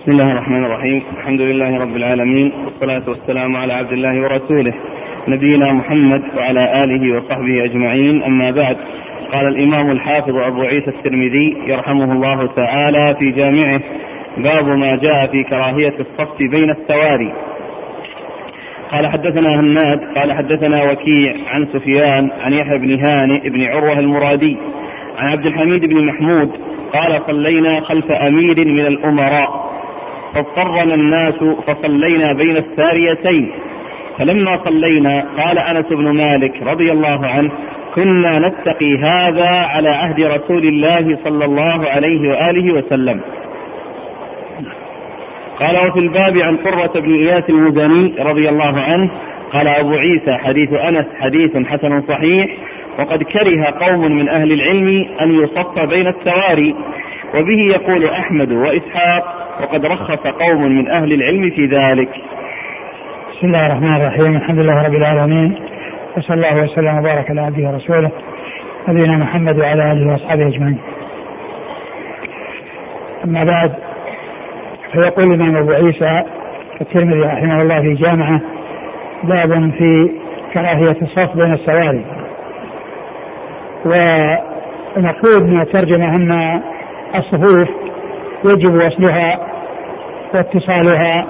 بسم الله الرحمن الرحيم. الحمد لله رب العالمين، والصلاة والسلام على عبد الله ورسوله نبينا محمد وعلى آله وصحبه أجمعين. أما بعد، قال الإمام الحافظ أبو عيسى الترمذي يرحمه الله تعالى في جامعه: باب ما جاء في كراهية الصف بين السواري. قال حدثنا هناد قال حدثنا وكيع عن سفيان عن يحيى بن هانئ بن عروة المرادي عن عبد الحميد بن محمود قال: صلينا خلف أمير من الأمراء فاضطرنا الناس فصلينا بين الساريتين، فلما صلينا قال أنس بن مالك رضي الله عنه: كنا نتقي هذا على عهد رسول الله صلى الله عليه وآله وسلم. قال: وفي الباب عن قرة بن إياس المزني رضي الله عنه قال أبو عيسى: حديث أنس حديث حسن صحيح، وقد كره قوم من أهل العلم أن يصف بين السواري، وبه يقول أحمد وإسحاق، وقد رخص قوم من أهل العلم في ذلك. بسم الله الرحمن الرحيم. الحمد لله رب العالمين، وصلى الله وسلم وبارك على عبده ورسوله نبينا محمد وعلى آله وأصحابه أجمعين. أما بعد، فيقول الإمام أبو عيسى الترمذي رحمه الله في جامعه: باب في كراهية الصف بين السواري. ونقول من الترجمة أن الصفوف يجب وصلها واتصالها،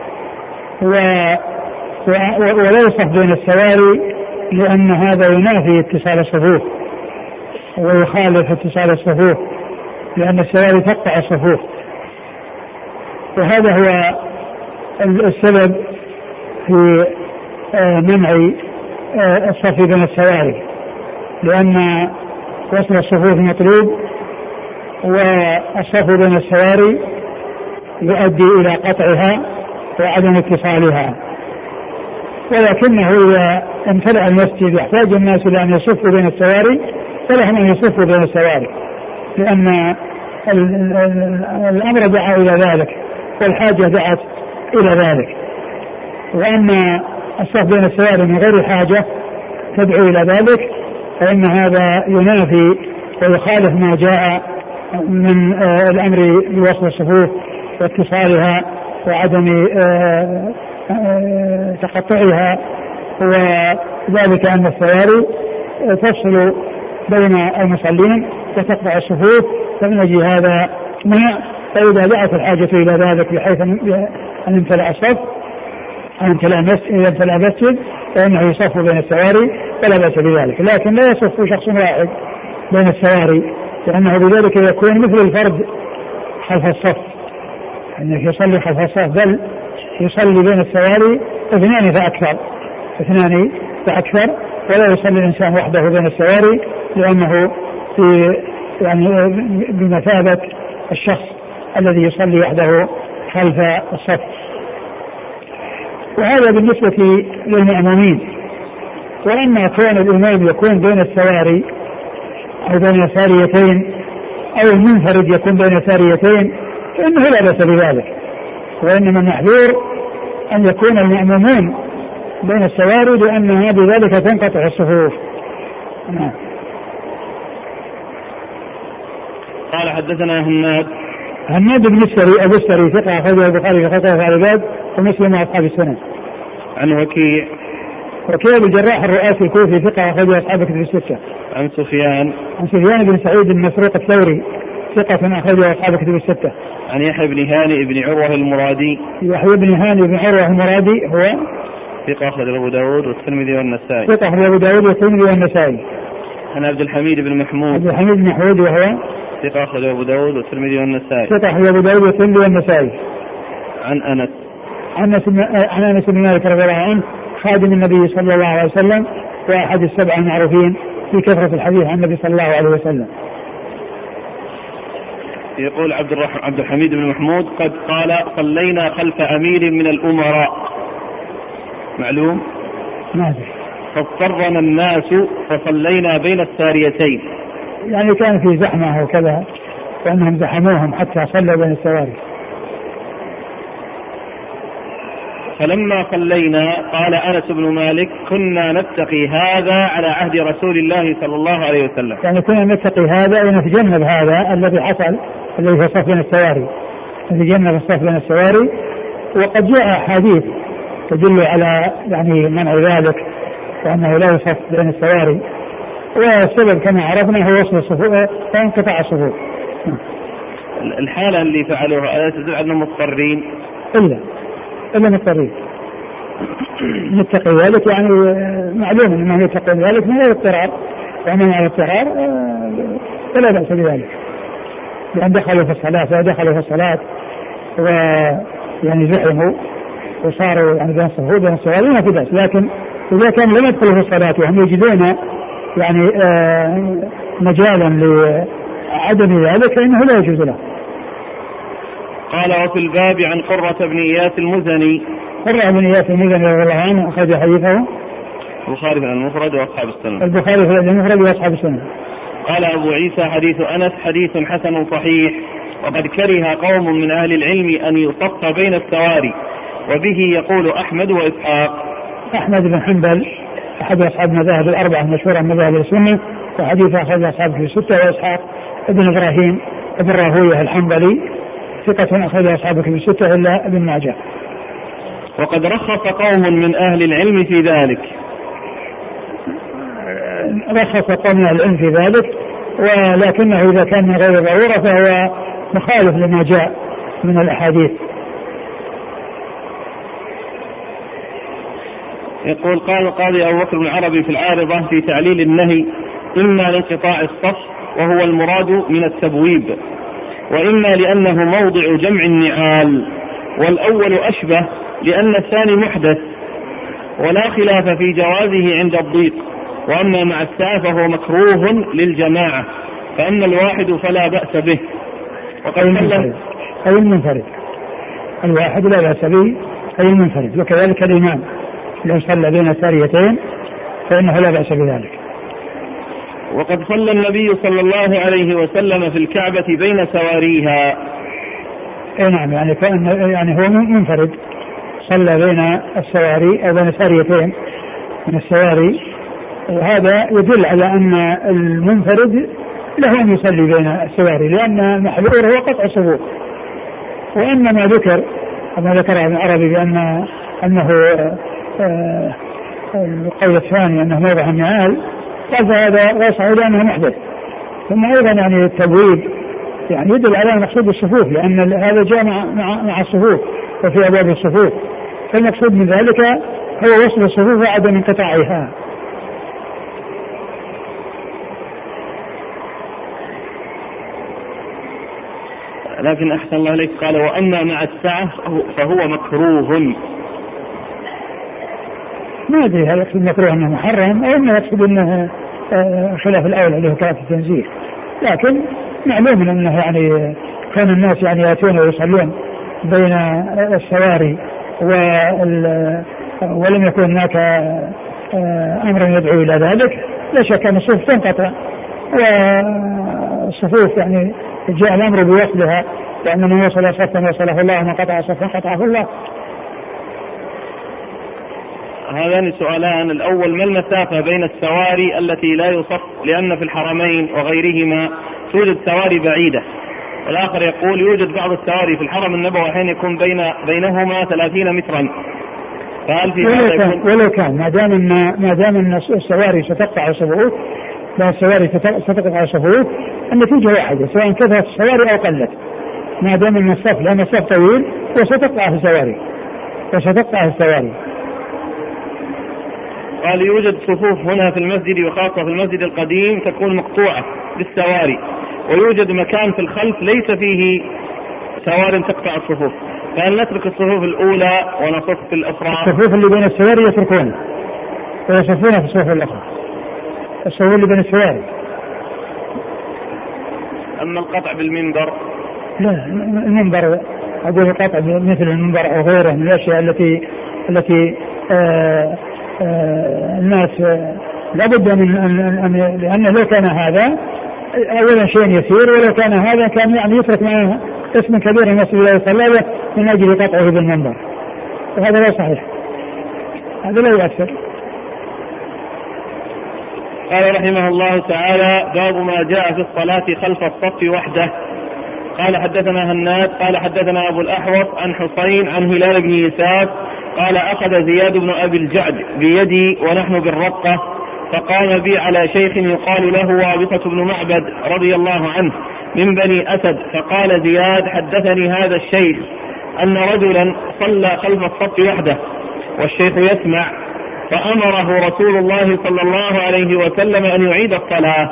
ولا يصف بين السواري، لأن هذا ينافي اتصال الصفوف ويخالف اتصال الصفوف، لأن السواري تقطع الصفوف، وهذا هو السبب في منع الصف بين السواري، لأن وصل الصفوف مطلوب، والصف بين السواري يؤدي إلى قطعها وعدم اتصالها. ولكنه إذا امتلأ المسجد يحتاج الناس إلى أن يصفوا بين السواري، فلهم أن يصفوا بين السواري، لأن الأمر دعا إلى ذلك والحاجة دعت إلى ذلك. وأما الصف بين السواري من غير حاجة تدعو إلى ذلك، فإن هذا ينافي ويخالف ما جاء من الأمر بوصل الصفوف واتصالها وعدم تقطعها، وذلك أن السواري تفصل بين المصلين وتقطع الصفوف، فمن أجل هذا منع. فإذا دعت الحاجة إلى ذلك بحيث أن يمتلأ الصف أن يمتلأ المسجد، فإنه يصف بين السواري فلا بأس بذلك، لكن لا يصف شخص واحد بين السواري، لأنه بذلك يكون مثل الفرد خلف الصف، أنه يصلي خلف الصف، بل يصلي بين السواري اثنان فأكثر، ولا يصلي الإنسان وحده بين السواري، لأنه بمثابة الشخص الذي يصلي وحده خلف الصف. وهذا بالنسبة للمأمومين. وأما كون الإمام يكون بين السواري أو بين ساريتين، أو المنفرد يكون بين ساريتين، فإنه لا بأس بذلك، وإنما المحذور أن يكون المأمومون بين السواري، لأنها بذلك تنقطع الصفوف. قال حدثنا هناد بن السري أبو السري ثقة أخرجه البخاري في خطأ العباد ومسلم وأصحاب السنة. عن وكيع الجراح الرؤاسي الكوفي ثقة أخرجه أصحاب الكتب الستة. عن سفيان بن سعيد بن مسروق الثوري ثقة أخرجه أصحاب الكتب الستة. عن يحيى بن هانئ بن عروة المرادي هو ثقة أخرجه أبو داود والترمذي والنسائي. عن عبد الحميد بن محمود وهو ثقة أخرجه أبو داود والترمذي والنسائي. عن أنس بن مالك رضي الله عنه خادم النبي صلى الله عليه وسلم، وأحد السبع المعروفين في كثرة الحديث عن النبي صلى الله عليه وسلم. يقول عبد الحميد بن محمود: قد قال: صلينا خلف أمير من الأمراء، معلوم ماذا؟ فاضطرنا الناس فصلينا بين الساريتين، يعني كان في زحمة وكذا، وأنهم زحموهم حتى صلوا بين السواري. فلما صلينا قال أنس بن مالك: كنا نتقي هذا على عهد رسول الله صلى الله عليه وسلم. يعني كنا نتقي هذا ونتجنب هذا الذي حصل، الذي في صف بين السواري، يتجنب الصف بين السواري. وقد جاء أحاديث تدل على يعني منع ذلك وأنه لا يصف بين السواري، والسبب كما عرفنا هو وصل الصفوف وانقطاع الصفوف. الحالة اللي فعلوها ألا تدل أنهم مضطرين؟ إلا مضطرين يتقي ذلك، يعني معلوم أنهم يتقون ذلك من غير اضطرار، ومن على الاضطرار فلا بأس بذلك، لأن دخلوا في الصلاة ويعني زحموا وصاروا يعني بين الصفوف بين السواري ما في بأس. لكن إذا كان لم يدخلوا في الصلاة وهم يجدون يعني مجالا لعدم ذلك فإنه لا يجوز له. قال: وفي الباب عن قرة بن إياس المزني. قرة بن إياس المزني رضي الله عنه أخرج حديثه البخاري في المفرد وأصحاب السنن. البخاري في المفرد وأصحاب السنن. قال أبو عيسى: حديث أنس حديث حسن صحيح، وقد كره قوم من أهل العلم أن يصف بين السواري، وبه يقول أحمد وإسحاق. أحمد بن حنبل أحد أصحاب المذاهب الأربعة المشهورة من مذاهب السنة، وحديث أخرج أصحابه في الستة. وإسحاق ابن إبراهيم ابن راهويه الحنبلي ثقة أخرج أصحابه في الستة إلا ابن ماجه. وقد رخص قوم من أهل العلم في ذلك. رخص قوم من أهل العلم في ذلك، ولكنه إذا كان من غير ضرورة فهو مخالف لما جاء من الأحاديث. يقول: قال القاضي أبو بكر بن عربي في العارضة في تعليل النهي: إما لانقطاع الصف وهو المراد من التبويب، وإما لأنه موضع جمع النعال، والأول أشبه لأن الثاني محدث، ولا خلاف في جوازه عند الضيق، وأما مع السعة فهو مكروه للجماعة، فأما الواحد فلا بأس به. وقد أي المنفرد، الواحد لا بأس به أي المنفرد، وكذلك الإمام لو صلى بين ساريتين فإنه لا بأس بذلك. وقد صلى النبي صلى الله عليه وسلم في الكعبة بين سواريها. نعم، يعني هو منفرد صلى بين السواري أو بين ساريتين من السواري، وهذا يدل على أن المنفرد له أن يصلي بين السواري، لأن محذور هو قطع الصفوف. وإنما ما ذكر ابن عربي أنه القول الثاني أنه موضع النعال، قال هذا واسع لأنه محدث. ثم أيضا يعني التبويب يعني يدل على مقصود الصفوف، لأن هذا جاء مع الصفوف وفي أبواب الصفوف، فالمقصود من ذلك هو وصل الصفوف وعدم انقطاعها. لكن أحسن الله عليك قال: وأما مع السعة فهو مكروه. ما أدري هل يقصد مكروه أنه محرم أو أنه يقصد أنه خلاف الأولى اللي هو كراهة التنزيه، لكن معلوم أنه يعني كان الناس يعني يأتون ويصلون بين السواري ولم يكن هناك أمر يدعو إلى ذلك، لا شك أن الصفوف تنقطع، والصفوف يعني جاء الأمر بوصلها، لأن من وصل صفا وصله الله ومن قطع صفا قطعه الله. هذان سؤالان: الأول: ما المسافة بين السواري التي لا يصف؟ لأن في الحرمين وغيرهما توجد سواري بعيدة. والآخر يقول: يوجد بعض السواري في الحرم النبوي حين يكون بينهما 30 مترا. فهل في ولو كان ما دام أن السواري ستقطع الصفوف، لا السواري ستقطع الصفوف، النتيجة واحدة سواء كثرت السواري أو قلت، ما دام أن الصف، لأن الصف طويل وستقطع السواري. قال: يوجد صفوف هنا في المسجد وخاصة في المسجد القديم تكون مقطوعة بالسواري، ويوجد مكان في الخلف ليس فيه سوار تقطع الصفوف، فهل نترك الصفوف الأولى ونصف في الأخرى؟ الصفوف اللي بين السواري يتركون ويصفون في الصفوف الأخرى، الصفوف اللي بين السواري. أما القطع بالمنبر؟ لا، المنبر أقول القطع مثل المنبر أو غيره من الأشياء التي الناس لابد من لأن لو كان هذا أولا شيء يسير، ولو كان هذا كان يعني يترك معه اسم كبير الناس لا يصلى له من أجل قطعه بالمنبر، وهذا لا صحيح، هذا لا يؤثر. قال رحمه الله تعالى: باب ما جاء في الصلاة خلف الصف وحده. قال حدثنا هناد قال حدثنا أبو الأحوص عن حسين عن هلال بن يساف قال أخذ زياد بن أبي الجعد بيدي ونحن بالرقة فقام بي على شيخ يقال له وابصة بن معبد رضي الله عنه من بني أسد، فقال زياد حدثني هذا الشيخ أن رجلا صلى خلف الصف وحده والشيخ يسمع، فأمره رسول الله صلى الله عليه وسلم أن يعيد الصلاة.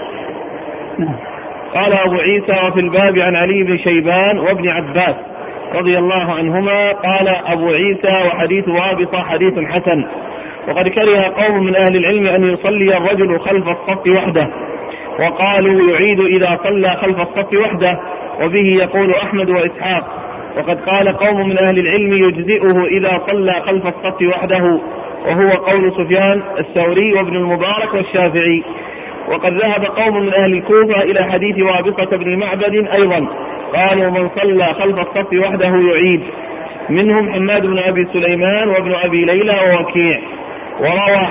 قال أبو عيسى وفي الباب عن علي بن شيبان وابن عباس رضي الله عنهما. قال أبو عيسى وحديث وابصة حديث حسن، وقد كره قوم من أهل العلم أن يصلي الرجل خلف الصف وحده، وقالوا يعيد إذا صلى خلف الصف وحده، وبه يقول أحمد وإسحاق. وقد قال قوم من أهل العلم يجزئه إذا صلى خلف الصف وحده، وهو قول سفيان الثوري وابن المبارك والشافعي. وقد ذهب قوم من أهل الكوفة إلى حديث وابصة بن معبد أيضا، قالوا من صلى خلف الصف وحده يعيد، منهم حماد بن أبي سليمان وابن أبي ليلى ووكيع. وروى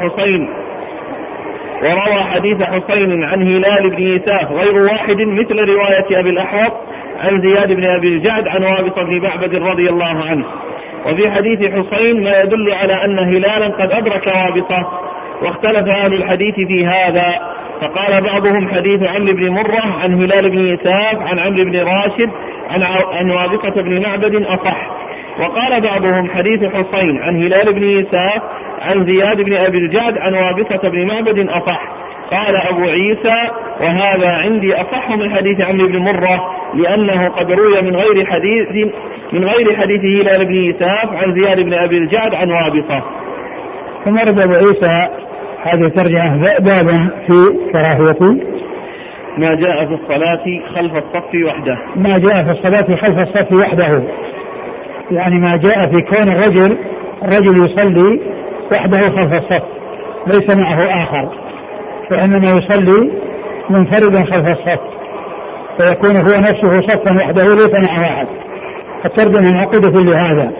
حديث حسين عن هلال بن يساف غير واحد مثل رواية أبي الأحوص عن زياد بن أبي الجعد عن وابصة بن معبد رضي الله عنه. وفي حديث حسين ما يدل على أن هلالا قد أدرك وابصة، واختلف أهل الحديث في هذا، فقال بعضهم حديث عمرو بن مرة عن هلال بن يساف عن عمرو بن راشد عن وابصة بن معبد أصح، وقال بعضهم حديث حسين عن هلال بن يساف عن زياد بن أبي الجعد عن وابصة بن معبد أصح. قال أبو عيسى وهذا عندي أصح من حديث عمرو بن مرة، لأنه قد روي من غير حديث هلال بن يساف عن زياد بن أبي الجعد عن وابصة. ثم رد أبو عيسى هذه الترجمة بابا في كراهية ما جاء في الصلاة خلف الصف وحده. ما جاء في الصلاة خلف الصف وحده، يعني ما جاء في كون الرجل يصلي وحده خلف الصف ليس معه آخر، فإنما يصلي منفردا خلف الصف، فيكون هو نفسه صفا وحده ليس معه أحد. الترجمة معقودة لهذا.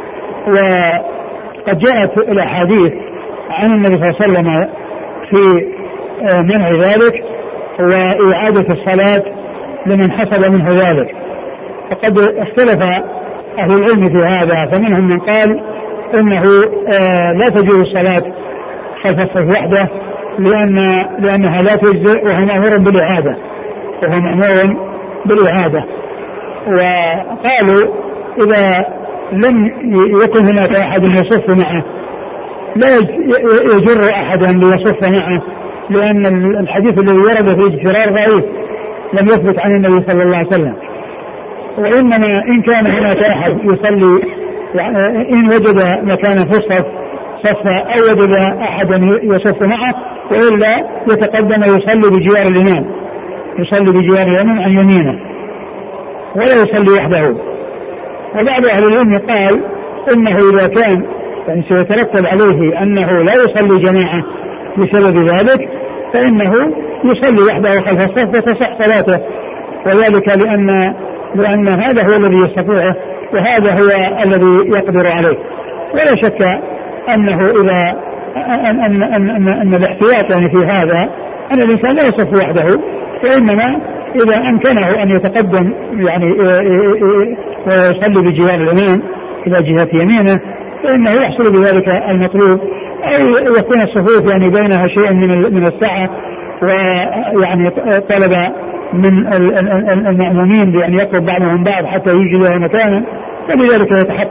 وقد جاءت الأحاديث عن النبي صلى الله عليه وسلم في منع ذلك وإعادة الصلاة لمن حصل منه ذلك، فقد اختلف أهل العلم في هذا، فمنهم من قال إنه لا تجوز الصلاة خلف الصف وحده لأنها لا تجزئ، وهو مأمور بالإعادة. وقالوا إذا لم يكن هناك أحد يصف معه لا يجر أحدا ليصف معه، لأن الحديث الذي ورد في الاجترار ضعيف لم يثبت عن النبي صلى الله عليه وسلم. وإنما إن كان هناك أحد يصلي، إن وجد مكانا في الصف صفا أو وجد أحدا يصف معه، وإلا يتقدم يصلي بجوار الإمام عن يمينه ولا يصلي وحده. وبعض أهل العلم قال إنه إذا كان يعني سيترتب عليه أنه لا يصلي جماعة بسبب ذلك، فإنه يصلي وحده خلف الصف وتصح صلاته، وذلك لأن هذا هو الذي يستطيعه وهذا هو الذي يقدر عليه. ولا شك أنه إذا أن الاحتياط يعني في هذا أن الإنسان لا يصف وحده، فإنما إذا أمكنه أن يتقدم يعني ويصلي بجوار الإمام إلى جهة يمينه فإنه يحصل بذلك المطلوب، أو يكون الصفوف يعني بينها شيء من السعة، ويعني طلب من المأمومين بأن يقرب بعضهم بعض حتى يوجد له مكانا، فلذلك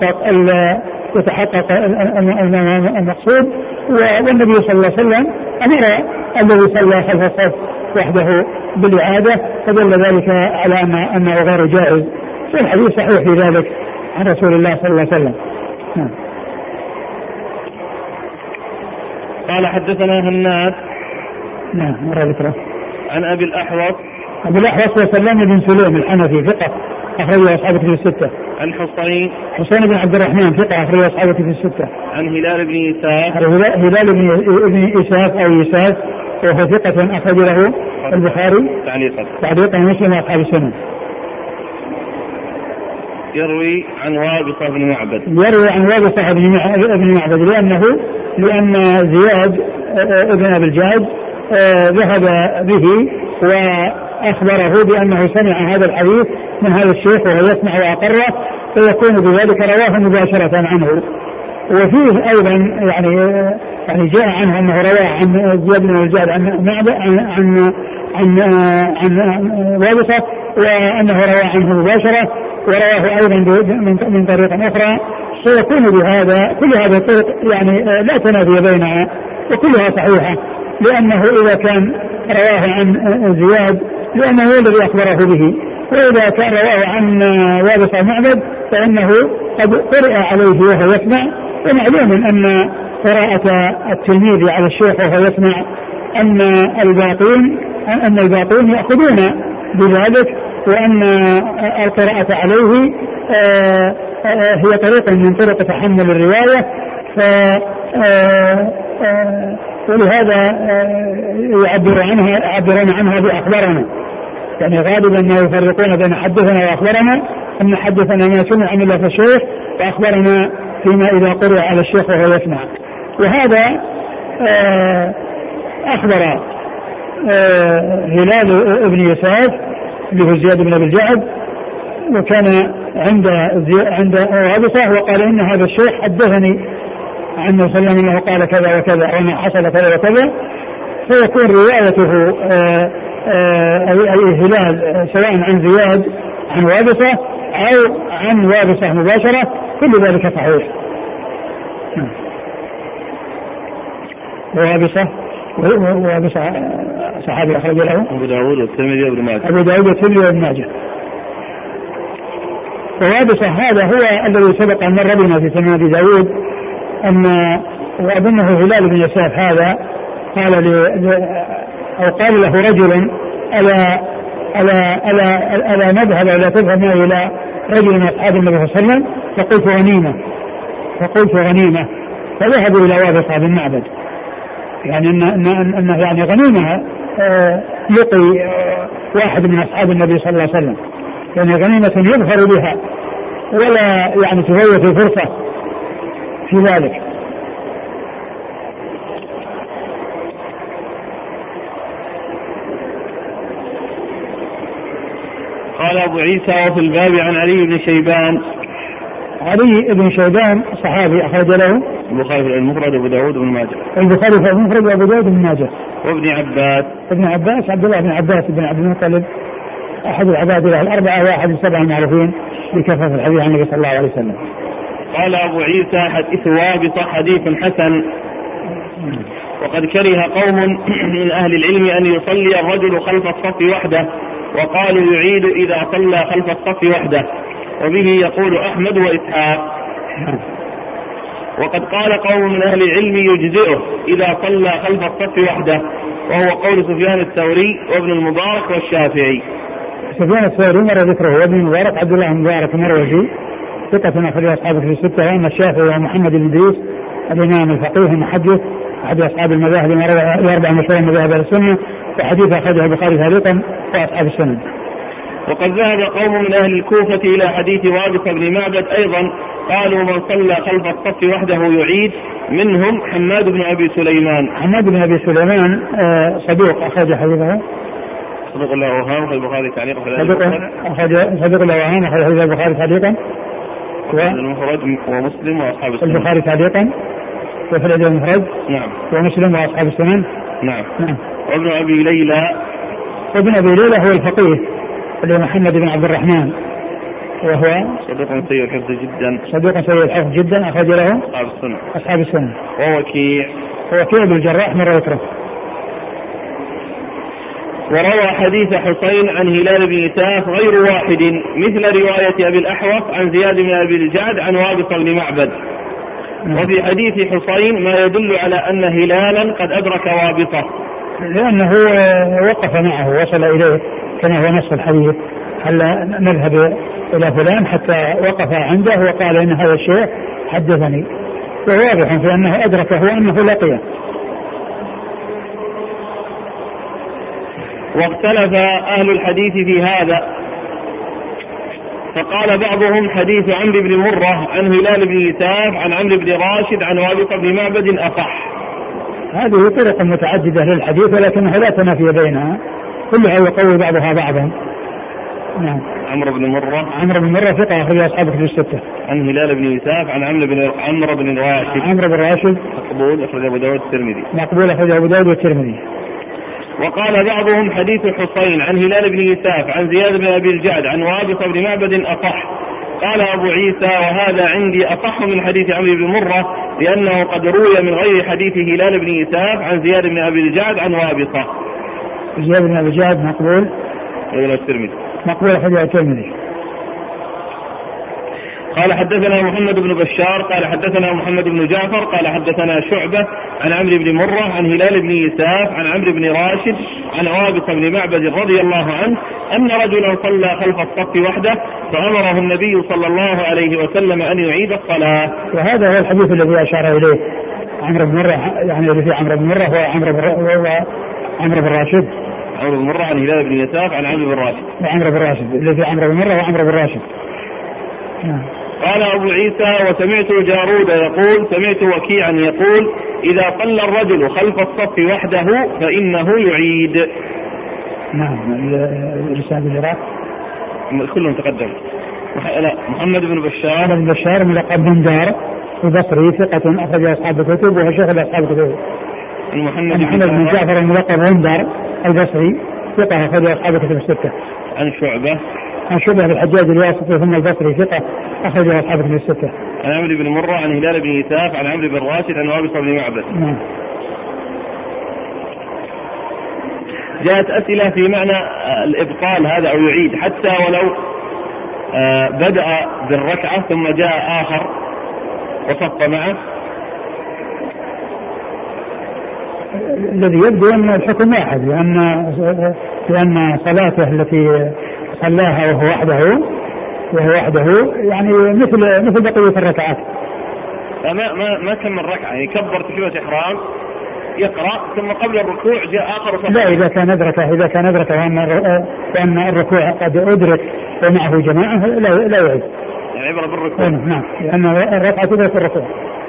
يتحقق المقصود. والنبي صلى الله عليه وسلم أمر الذي صلى خلف الصف وحده بالإعادة، فدل ذلك على أنه غير جائز، والحديث صحيح في ذلك عن رسول الله صلى الله عليه وسلم. قال حدثنا هناد مرة ذكره عن أبي الأحوص وسلام بن سليم الحنفي ثقة أخرجه أصحابه في الستة. عن حسين بن عبد الرحمن ثقة أخرجه أصحابه في الستة. عن هلال بن يساف بن إساف أو يساف وهو ثقة أخرج له البخاري تعليقا ومسلم وأصحاب السنن. يروي عن وابصة بن معبد لأن زياد ابن أبي الجعد ذهب به وأخبره بأنه سمع هذا الحديث من هذا الشيخ وهو يسمع وأقره، فيكون بذلك رواه مباشرة عنه. وفيه أيضا يعني جاء عنه أنه رواه عن زياد بن الجعد عن وابصة، وأنه رواه عنه مباشرة، ورواه أيضا من طريق أخرى. فيكون بهذا كل هذه الطرق يعني لا تنافي بينها وكلها صحيحة، لأنه إذا كان رواه عن زياد لأنه هو الذي أخبره به، وإذا كان رواه عن وابصة معبد فإنه قد قرأ عليه وهو يسمع. ومعلوم أن قراءة التلميذ على الشيخ وهو يسمع أن الباطون يأخذون بذلك، وأن القراءة عليه هي طريق من طرق تحمل الرواية. ولهذا يعبرون عنها بأخبارنا، يعني غالبا ما يفرقون بين حدثنا وأخبرنا، أن حدثنا ما سمع من لفظ الشيخ وأخبرنا فيما إذا قرأ على الشيخ وهو يسمع. وهذا أخبر هلال ابن يساف اللي هو زياد بن أبي الجعد، وكان عند وابصة، وقال إن هذا الشيخ حدثني عنه صلى الله عليه وسلم قال كذا وكذا وما حصل كذا وكذا. فيكون روايته هلال سواء عن زياد عن وابصة أو عن وابصة مباشرة، كل ذلك صحيح. وابصة صحابي أخرج له أبو داود والترمذي وابن ماجه. وابن ماجه. ووابصة هذا هو الذي سبق أن مر بنا في سنن أبي داود، وأظنه هلال بن يساف هذا قال له رجل ألا نذهب إلى تذهب إلى رجل من أصحاب النبي صلى الله عليه وسلم؟ فقلت غنيمة. فذهبوا إلى وابصة بن معبد، يعني أنه يعني غنيمة يقي واحد من أصحاب النبي صلى الله عليه وسلم، يعني غنيمة يظهر بها ولا يعني تفوت الفرصة في ذلك. قال أبو عيسى وفي الباب عن علي بن شيبان. علي بن شيبان صحابي أخرج له البخاري في المفرد وابو داود بن ماجه. البخاري في المفرد وابو داود بن ماجه. وابن عباس عبد الله بن عباس بن عبد المطلب أحد العباد الأربعة واحد من سبع المعروفين بكثرة الحديث عن النبي صلى الله عليه وسلم. قال أبو عيسى حديث وابصة حديث حسن. وقد كره قوم من أهل العلم أن يصلي الرجل خلف الصف وحده، وقالوا يعيد إذا صلى خلف الصف وحده، وبه يقول أحمد وإسحاق. وقد قال قوم من أهل العلم يجزئه إذا صلى خلف الصف وحده، وهو قول سفيان الثوري وابن المبارك والشافعي. سفيان الثوري مر ذكره، وابن المبارك عبد الله المبارك مروزي ثقة أخرج أصحابه في الستة، وأما الشافعي ومحمد بن إدريس الإمام الفقيه المحدث أحد أصحاب المذاهب الأربعة مشهور مذاهب السنة، وحديث أخرجه البخاري تعليقا وأصحاب السنة. وقد ذهب قوم من أهل الكوفة إلى حديث وابصة بن معبد أيضا، قالوا من صلى خلف الصف وحده يعيد، منهم حماد بن أبي سليمان. حماد بن أبي سليمان صدوق أخرج حديثه، صدوق له أوهام في البخاري تعليقا، صدوق له أوهام أخرج حديث البخاري تعليقا المفرد ومسلم وأصحاب السنن. البخاري تعليقا وفي الأدب المفرد نعم، ومسلم وأصحاب السنن. نعم. وابن أبي ليلى. وابن أبي ليلى هو الفقيه اللي محمد بن عبد الرحمن، وهو صدوق سيء الحفظ جدا. صدوق سيء الحفظ جدا أخرج له أصحاب السنة. ووكيع بن الجراح من روتره. وروى حديث حسين عن هلال بن يساف غير واحد، مثل رواية أبي الأحوص عن زياد بن أبي الجعد عن وابصة بن معبد. وفي حديث حسين ما يدل على أن هلالا قد أدرك وابصة، لأنه وقف معه وصل إليه كما هو نص الحديث، هل نذهب إلى فلان حتى وقف عنده وقال إن هذا الشيخ حدثني، وواضح في أنه أدركه وأنه لقيه. واختلف أهل الحديث في هذا، فقال بعضهم حديث عمرو بن مرة عن هلال بن يساف عن عمرو بن راشد عن وابصة بن معبد أصح. هذه طرق متعددة للحديث ولكنها لا تنافي بينها، كلها يقوي بعضها بعضا. نعم. عمرو بن مرة. عمرو بن مرة ثقة أخرج أصحاب الكتب الستة. عن هلال بن يساف عن عمرو بن راشد. عمرو بن راشد مقبول أخرج أبو داود والترمذي. مقبول أخرج أبو داود والترمذي. وقال بعضهم حديث الحصين عن هلال بن يساف عن زياد بن أبي الجعد عن وابصة بن معبد أصح. قال أبو عيسى وهذا عندي أصح من حديث عمرو بن مرة لأنه قد روي من غير حديث هلال بن يساف عن زياد بن أبي الجعد عن وابصة. زياد بن أبي الجعد مقبول الترمذي. مقبول أخرج الترمذي. قال حدثنا محمد بن بشار قال حدثنا محمد بن جعفر قال حدثنا شعبة عن عمرو بن مرة عن هلال بن يساف عن عمرو بن راشد عن وابصة بن معبد رضي الله عنه أن رجلا صلى خلف الصف وحده فأمره النبي صلى الله عليه وسلم أن يعيد الصلاة. وهذا هو الحديث الذي أشار إليه عمرو بن مرة، يعني الذي في عمرو بن مرة هو عمرو بن راشد. عمرو بن مرة عن هلال بن يساف عن عمرو بن راشد. وعمرو بن راشد الذي في عمرو بن مرة وعمرو بن راشد. قال أبو عيسى وسمعت جارود يقول سمعت وكيعا يقول إذا صلى الرجل خلف الصف وحده فإنه يعيد. نعم. لسان العراق كلهم تقدم. لا محمد بن بشار. بن بشار ملقب بن دار البصري ثقة أخرج أصحاب الكتب وهو شيخ أصحاب الكتب. محمد بن جعفر الملقب بن دار البصري ثقة أخرج أصحاب الكتب الستة. عن شعبة الحجاج الواسطي ثم البصري ثقة أخرج أصحاب الكتب الستة. عن عمرو بن مرة عن هلال بن يساف عن عمرو بن راشد عن وابصة بن معبد. جاءت أسئلة في معنى الإبطال هذا أو يعيد حتى ولو بدأ بالركعة ثم جاء آخر وصف معه. الذي يبدو أن الحكم واحد لأن صلاته التي صلاها وهو وحده يعني مثل بقية الركعات. ما كمل ركعة يكبر تكبيرة إحرام يقرأ ثم قبل الركوع جاء آخر وصف. لا إذا كان أدركه وأن الركوع قد أدرك ومعه جماعة لا يعيد. يعني عبرة بالركوع. نعم لأن الركعة تدرك الركوع.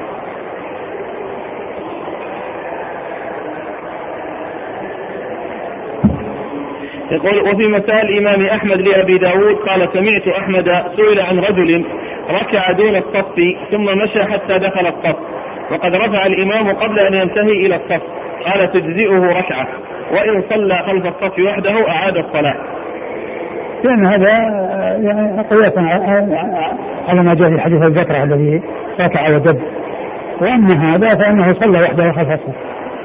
يقول وفي مسائل الإمام أحمد لأبي داود قال سمعت أحمد سئل عن رجل ركع دون الصف ثم مشى حتى دخل الصف وقد رفع الإمام قبل أن ينتهي إلى الصف قال تجزئه ركعة وإن صلى خلف الصف وحده أعاد الصلاة. لأن هذا يعني قياسا على ما جاء في حديث الذكر الذي ركع ودب، وأما هذا فإنه صلى وحده خلف الصف.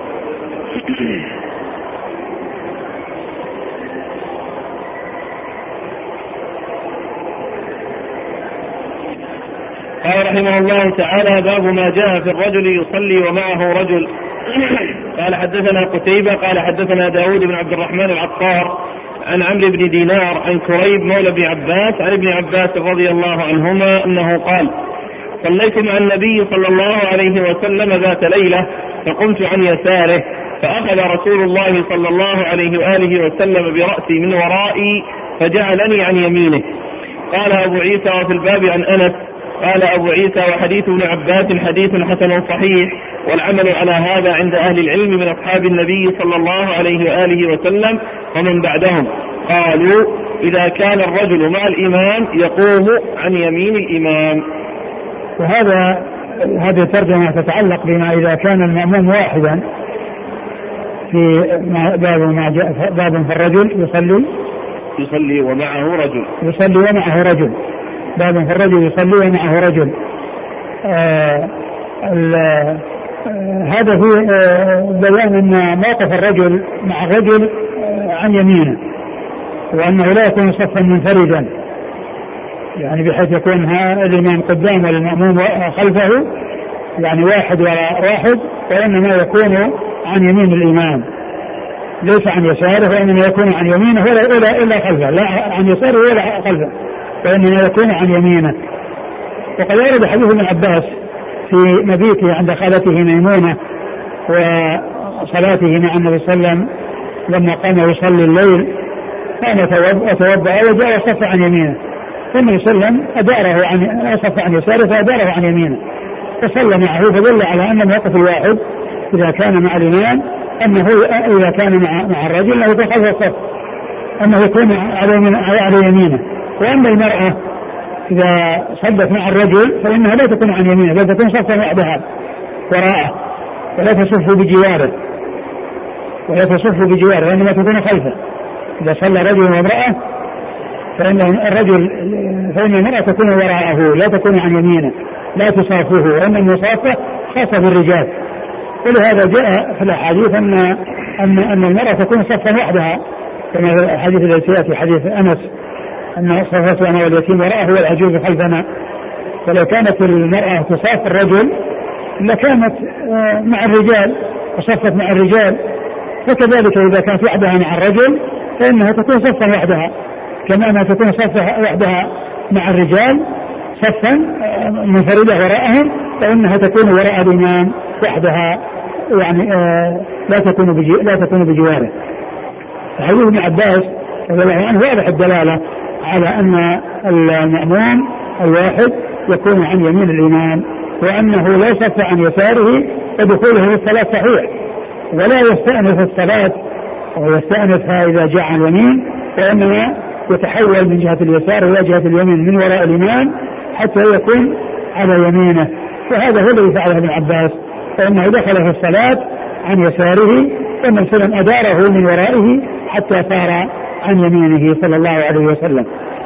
قال رحمه الله تعالى باب ما جاء في الرجل يصلي ومعه رجل. قال حدثنا قتيبة قال حدثنا داود بن عبد الرحمن العطار عن عمرو بن دينار عن كريب مولى بن عباس عن ابن عباس رضي الله عنهما أنه قال صليت مع النبي صلى الله عليه وسلم ذات ليلة فقمت عن يساره فأخذ رسول الله صلى الله عليه وآله وسلم برأسي من ورائي فجعلني عن يمينه. قال أبو عيسى وفي الباب عن أنس قال أبو عيسى وحديث ابن عباس حديث حسن صحيح والعمل على هذا عند أهل العلم من أصحاب النبي صلى الله عليه وآله وسلم ومن بعدهم. قالوا إذا كان الرجل مع الإمام يقوم عن يمين الإمام. هذه الترجمة تتعلق بما إذا كان المأموم واحدا في باب في الرجل يصلي ومعه رجل باب في الرجل يصلي ومعه رجل. هذا في بيان أن موقف الرجل مع الرجل عن يمينه وأنه لا يكون صفا منفردا، يعني بحيث يكون الإمام قدام والمأموم خلفه، يعني واحد وراء واحد، وإنما يكون عن يمين الإمام ليس عن يساره، وإنما يكون عن يمينه إلا خلفه، لا عن يساره ولا خلفه، وإنما يكون عن يمينه. وقد ورد حديث ابن عباس في مبيته عند خالته ميمونة وصلاته مع النبي صلى الله عليه وسلم لما قام يصلي الليل كان يتوضأ وجاء وصف عن يمينه، فالنبي صلى الله عليه وسلم أداره صف عن يساره فأداره عن يمينه فصلى معه، فدل على أن الموقف الواحد إذا كان مع الإمام أنه إذا كان مع الرجل أنه يكون خلف الصف، أنه يكون على يمينه. وأما المرأة إذا صدت مع الرجل فإنها لا تكون عن يمينه، بل تكون صفا وحدها وراءه، ولا تصف بجواره وإنما تكون خلفه. إذا صلى رجل وامرأة فإن المرأة تكون وراءه لا تكون عن يمينه، لا تصافه، وأن المصافة خاصة بالرجال. ولهذا جاء في الأحاديث أن المرأة تكون صفا وحدها، كما في الحديث الذي سيأتي حديث أنس أن صفت أنا واليتيم وراءه والعجوز خلفنا. فلو كانت المرأة تصاف الرجل لكانت مع الرجال وصفت مع الرجال، فكذلك إذا كانت وحدها مع الرجل فإنها تكون صفا وحدها، كما أنها تكون صفا وحدها مع الرجال صفا منفردة وراءهم، فإنها تكون وراء الإمام وحدها، يعني لا تكون بجواره. حديث ابن عباس رضي الله عنه واضح الدلالة على أن المأموم الواحد يكون عن يمين الإمام، وأنه لا يصف عن يساره، ودخوله في الصلاة صحيح، ولا يستأنف الصلاة ويستأنفها إذا جاء عن اليمين، وإنما يتحول من جهة اليسار إلى جهة اليمين من وراء الإمام حتى يكون على يمينه. وهذا هو الذي فعله ابن عباس، فإنه دخل في الصلاة عن يساره، ومن سلم أداره من ورائه حتى صار عن يمينه صلى الله عليه وسلم.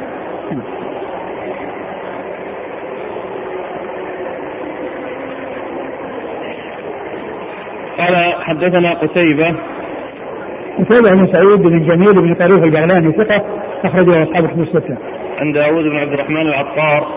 قال حدثنا قتيبة بن سعيد بن جميل بن طريف البغلاني ثقة أخرجه أصحاب الكتب الستة. عن داود بن عبد الرحمن العطار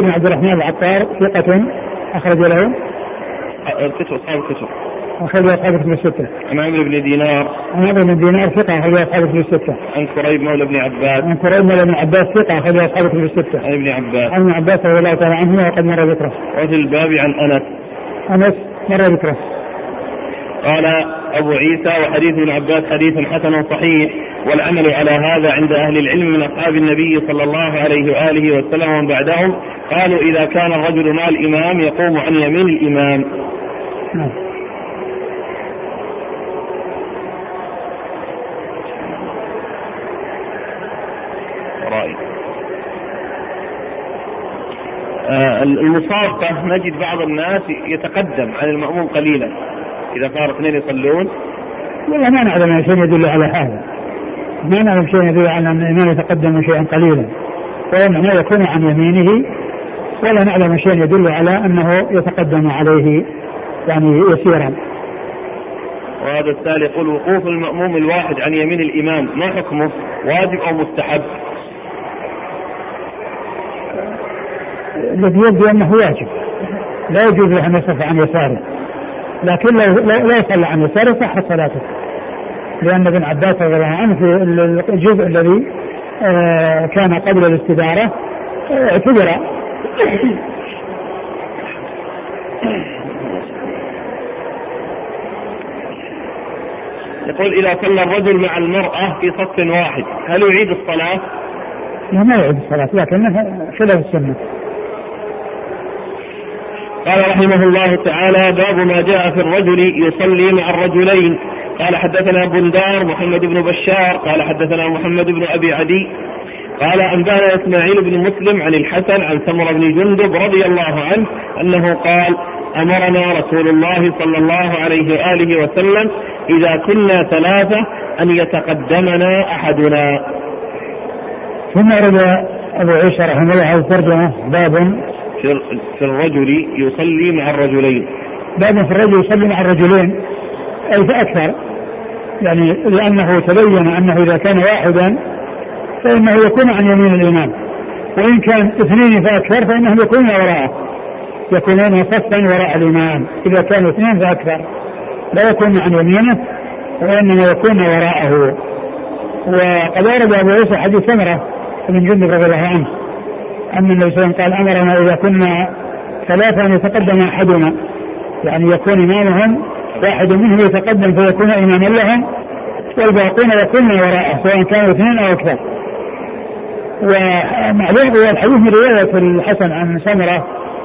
ثقة أخرج له أصحاب الكتب. أخرج أصحاب الكتب الستة. عن عمرو بن دينار ثقة أخرج أصحاب الكتب الستة. عن كريب مولى بن عباس ثقة أخرج أصحاب الكتب الستة. عن ابن عباس رضي الله تعالى عنه وقد مر ذكره. وفي الباب عن أنس مر ذكره. قال أبو عيسى وحديث ابن عباس حديث حسن صحيح، والعمل على هذا عند أهل العلم من أصحاب النبي صلى الله عليه وآله وسلم ومن بعدهم. قالوا إذا كان الرجل مع الإمام يقوم عن يمين الإمام. المصافة نجد بعض الناس يتقدم عن المأموم قليلا إذا صار اثنين يصلون. والله ما نعلم شيء يدل على هذا، ما نعلم شيء يدل على أن الإمام يتقدم شيئا قليلا، وإنما يكون عن يمينه، ولا نعلم شيء يدل على أنه يتقدم عليه يعني يسيرا. وهذا التالي يقول وقوف المأموم الواحد عن يمين الإمام ما حكمه، واجب أو مستحب؟ الذي يبدو أنه واجب، لا يجوز له أن يصف عن يساره، لكن لا يصلى عن يساره صحت صلاته، لأن ابن عباس رضي الله عنه في الجزء الذي كان قبل الاستدارة اعتبر. يقول إذا صلى الرجل مع المرأة في صف واحد هل يعيد الصلاة؟ لا، ما يعيد الصلاة، لكنها خلاف السنة. قال رحمه الله تعالى باب ما جاء في الرجل يصلي مع الرجلين. قال حدثنا بندار محمد بن بشار قال حدثنا محمد بن أبي عدي قال أنبانا إسماعيل بن مسلم عن الحسن عن سمرة بن جندب رضي الله عنه أنه قال أمرنا رسول الله صلى الله عليه وآله وسلم إذا كنا ثلاثة أن يتقدمنا أحدنا. ثم رد أبو عيسى رحمه الله عليه الترجمة باب في الرجل يصلي مع الرجلين. باب في الرجل يصلي مع الرجلين أي فأكثر، يعني لأنه تبين أنه إذا كان واحدا فإنه يكون عن يمين الإمام، وإن كان اثنين فأكثر فإنهم يكونون وراءه، يكونون صفا وراء الإمام. إذا كانوا اثنين فأكثر لا يكون عن يمينه وإنما يكون وراءه. وقد ورد أبو عيسى حديث سمرة بن جندب رضي الله عنه أن النبي صلى الله عليه وسلم قال أمرنا إذا كنا ثلاثة أن يتقدم أحدنا، يعني يكون إمامهم واحد منهم يتقدم فيكون إماما لهم، والباقون يكون وراءه سواء كانوا اثنين أو أكثر. ومعلوم الحديث من رواية الحسن عن سمرة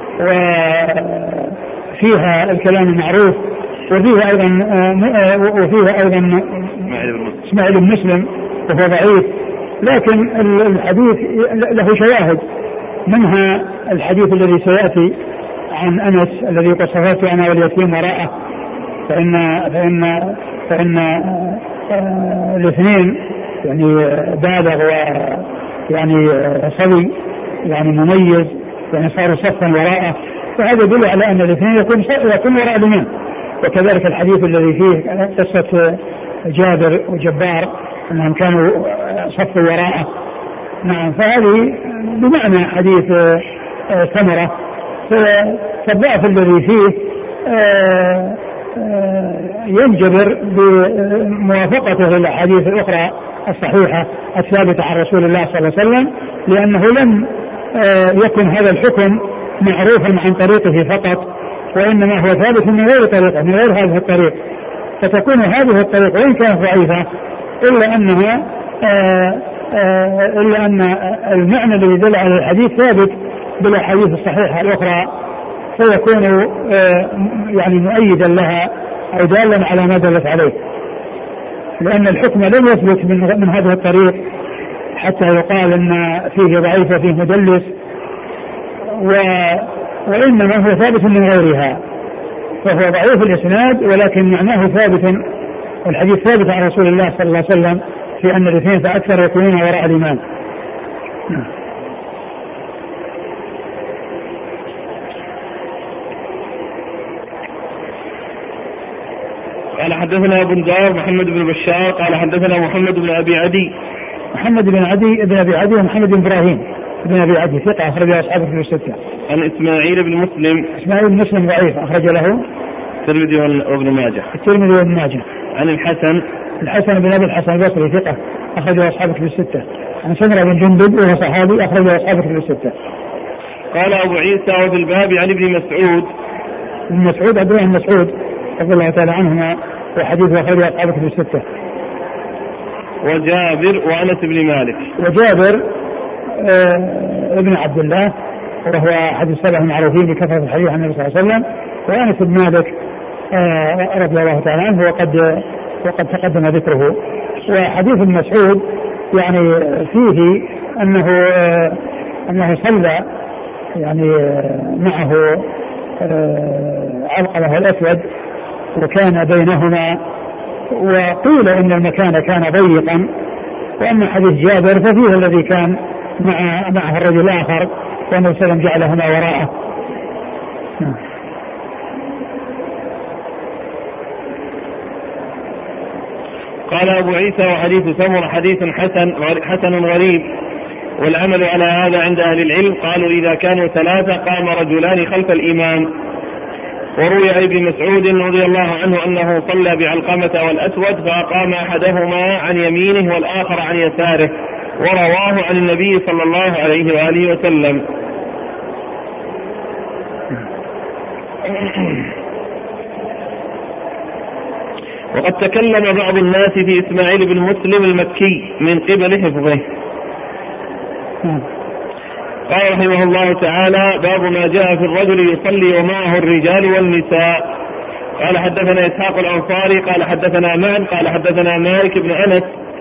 وفيها الكلام المعروف، وفيها أيضا إسماعيل بن مسلم وهو ضعيف، لكن الحديث له شواهد، منها الحديث الذي سيأتي عن أنس الذي قد صفرت أنا واليتيم وراءه، فإن الاثنين يعني بالغ ويعني صبي يعني مميز، يعني صاروا صفا وراءه، فهذا يدل على أن الاثنين يكون وراء الإمام. وكذلك الحديث الذي فيه قصة جابر وجبار أنهم كانوا صفوا وراءه. نعم، فهذه بمعنى حديث ثمرة، فالضعف الذي فيه ينجبر بموافقته للأحاديث الأخرى الصحيحة الثابتة عن رسول الله صلى الله عليه وسلم، لأنه لم يكن هذا الحكم معروفا عن طريقه فقط، وإنما هو ثابت من غير طريقه، من غير هذه الطريق، فتكون هذه الطريق وإن كانت ضعيفة إلا أن المعنى الذي يدل على الحديث ثابت بالأحاديث الصحيحة الأخرى، فيكون يعني مؤيدا لها أو دالا على ما دلت عليه، لأن الحكم لم يثبت من هذه الطريق حتى يقال أن فيه ضعيف وفيه مدلس، وإنما هو ثابت من غيرها، فهو ضعيف الإسناد ولكن معناه ثابت، والحديث ثابت عن رسول الله صلى الله عليه وسلم في أن الاثنين فأكثر يكونون وراء الإمام. قال حدثنا ابو داود محمد بن بشار قال حدثنا محمد بن ابي عدي. محمد بن عدي ابن ابي عدي ومحمد بن ابراهيم ابن ابي عدي ثقة أخرج أصحاب الكتب الستة. عن اسماعيل بن مسلم. اسماعيل بن مسلم ضعيف أخرج له الترمذي وابن ماجه. الترمذي وابن ماجه. عن الحسن بن ابي الحسن البصري ثقة أخرج أصحاب الكتب الستة. عن سمرة بن جندب وهو صحابي أخرج أصحاب الكتب الستة. قال أبو عيسى وفي الباب عن ابن مسعود. ابن مسعود عبد الله بن مسعود رضي الله تعالى عنهما وحديث أخرج أصحاب الكتب الستة. وجابر وأنس بن مالك. وجابر ابن عبد الله وهو أحد السبع المعروفين بكثرة الحديث عن النبي صلى الله عليه وسلم. وأنس بن مالك رضي الله تعالى عنه وقد تقدم ذكره. وحديث ابن مسعود يعني فيه أنه صلى يعني معه علقمة الأسود وكان بينهما، وقيل إن المكان كان ضيقا، وأما حديث جابر ففيه الذي كان معه الرجل الآخر وأنه سلم جعلهما وراءه. قال أبو عيسى وحديث سمر حديث حسن غريب، والعمل على هذا عند أهل العلم. قالوا إذا كانوا ثلاثة قام رجلان خلف الإمام. وروي عن ابن مسعود رضي الله عنه أنه صلى بعلقمة والأسود فأقام أحدهما عن يمينه والآخر عن يساره، ورواه عن النبي صلى الله عليه وآله وسلم. وقد تكلم بعض الناس في إسماعيل بن مسلم المكي من قبل حفظه. قال رحمه الله تعالى: باب ما جاء في الرجل يصلي ومعه الرجال والنساء. قال حدثنا إسحاق الأنصاري قال حدثنا معن قال حدثنا مالك بن أنس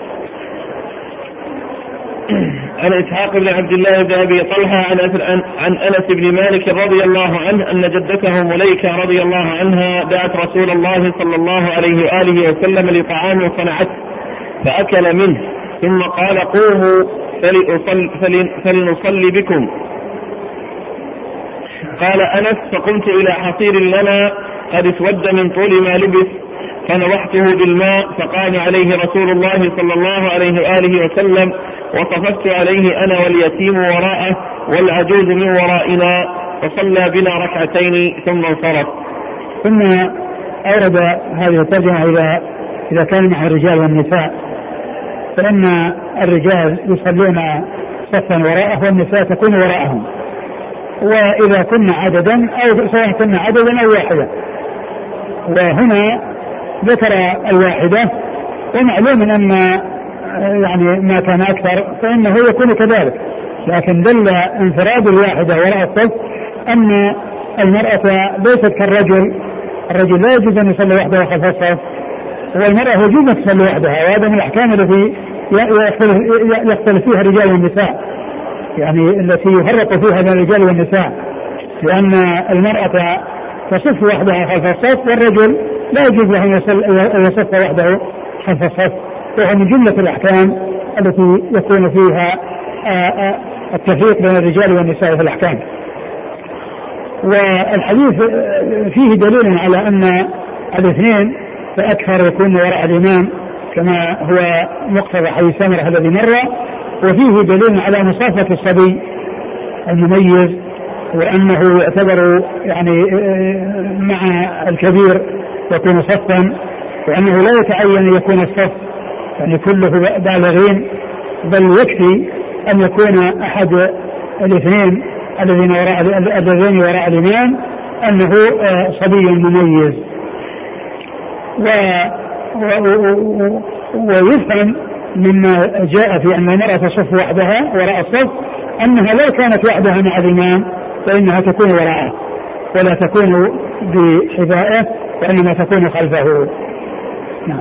عن إسحاق بن عبد الله بن أبي طلحة عن أنس بن مالك رضي الله عنه أن جدته مليكة رضي الله عنها دعت رسول الله صلى الله عليه وآله وسلم لطعام صنعته فأكل منه، ثم قال: قوموا فلنصلي بكم. قال أنس: فقمت إلى حصير لنا قد اسود من طول ما لبس فنوحته بالماء، فقام عليه رسول الله صلى الله عليه وآله وسلم، وصففت عليه أنا واليتيم وراءه والعجوز من ورائنا، فصلى بنا ركعتين ثم انصرف. ثم أورد هذه الترجمة إذا كان مع الرجال والنساء، فإن الرجال يصلون صفا وراءه والنساء تكون وراءهم، وإذا كنا عددا أو سواء كنا عددا أو واحدا. وهنا ذكر الواحدة، ومعلوم أن يعني ما كان أكثر فإنه يكون كذلك، لكن دل انفراد الواحدة وراء الصف أن المرأة ليست كالرجل. الرجل لا يجوز أن يصلي وحده خلف الصف، والمرأة يجوز أن تصلي وحدها، وهذا من الأحكام التي يختلف فيها الرجال والنساء، يعني التي يفرق فيها بين الرجال والنساء، لأن المرأة تصف وحدها خلف الصف، والرجل لا يجوز له أن يصف وحده خلف الصف، وهو من جملة الأحكام التي يكون فيها التفريق بين الرجال والنساء في الأحكام. والحديث فيه دليل على أن الاثنين فأكثر يكون وراء الإمام كما هو مقتضى حديث سمرة الذي مر، وفيه دليل على مصافة الصبي المميز، وأنه يعتبر يعني مع الكبير يكون صفا، وأنه لا يتعين أن يكون الصف يعني كله بالغين، بل يكفي أن يكون أحد الاثنين الذين وراء الإمام أنه صبي مميز. ويفهم مما جاء في أن المرأة تصف وحدها وراء الصف أنها لو كانت وحدها مع الإمام فإنها تكون وراءه ولا تكون بحذائه، وإنما تكون خلفه. نعم.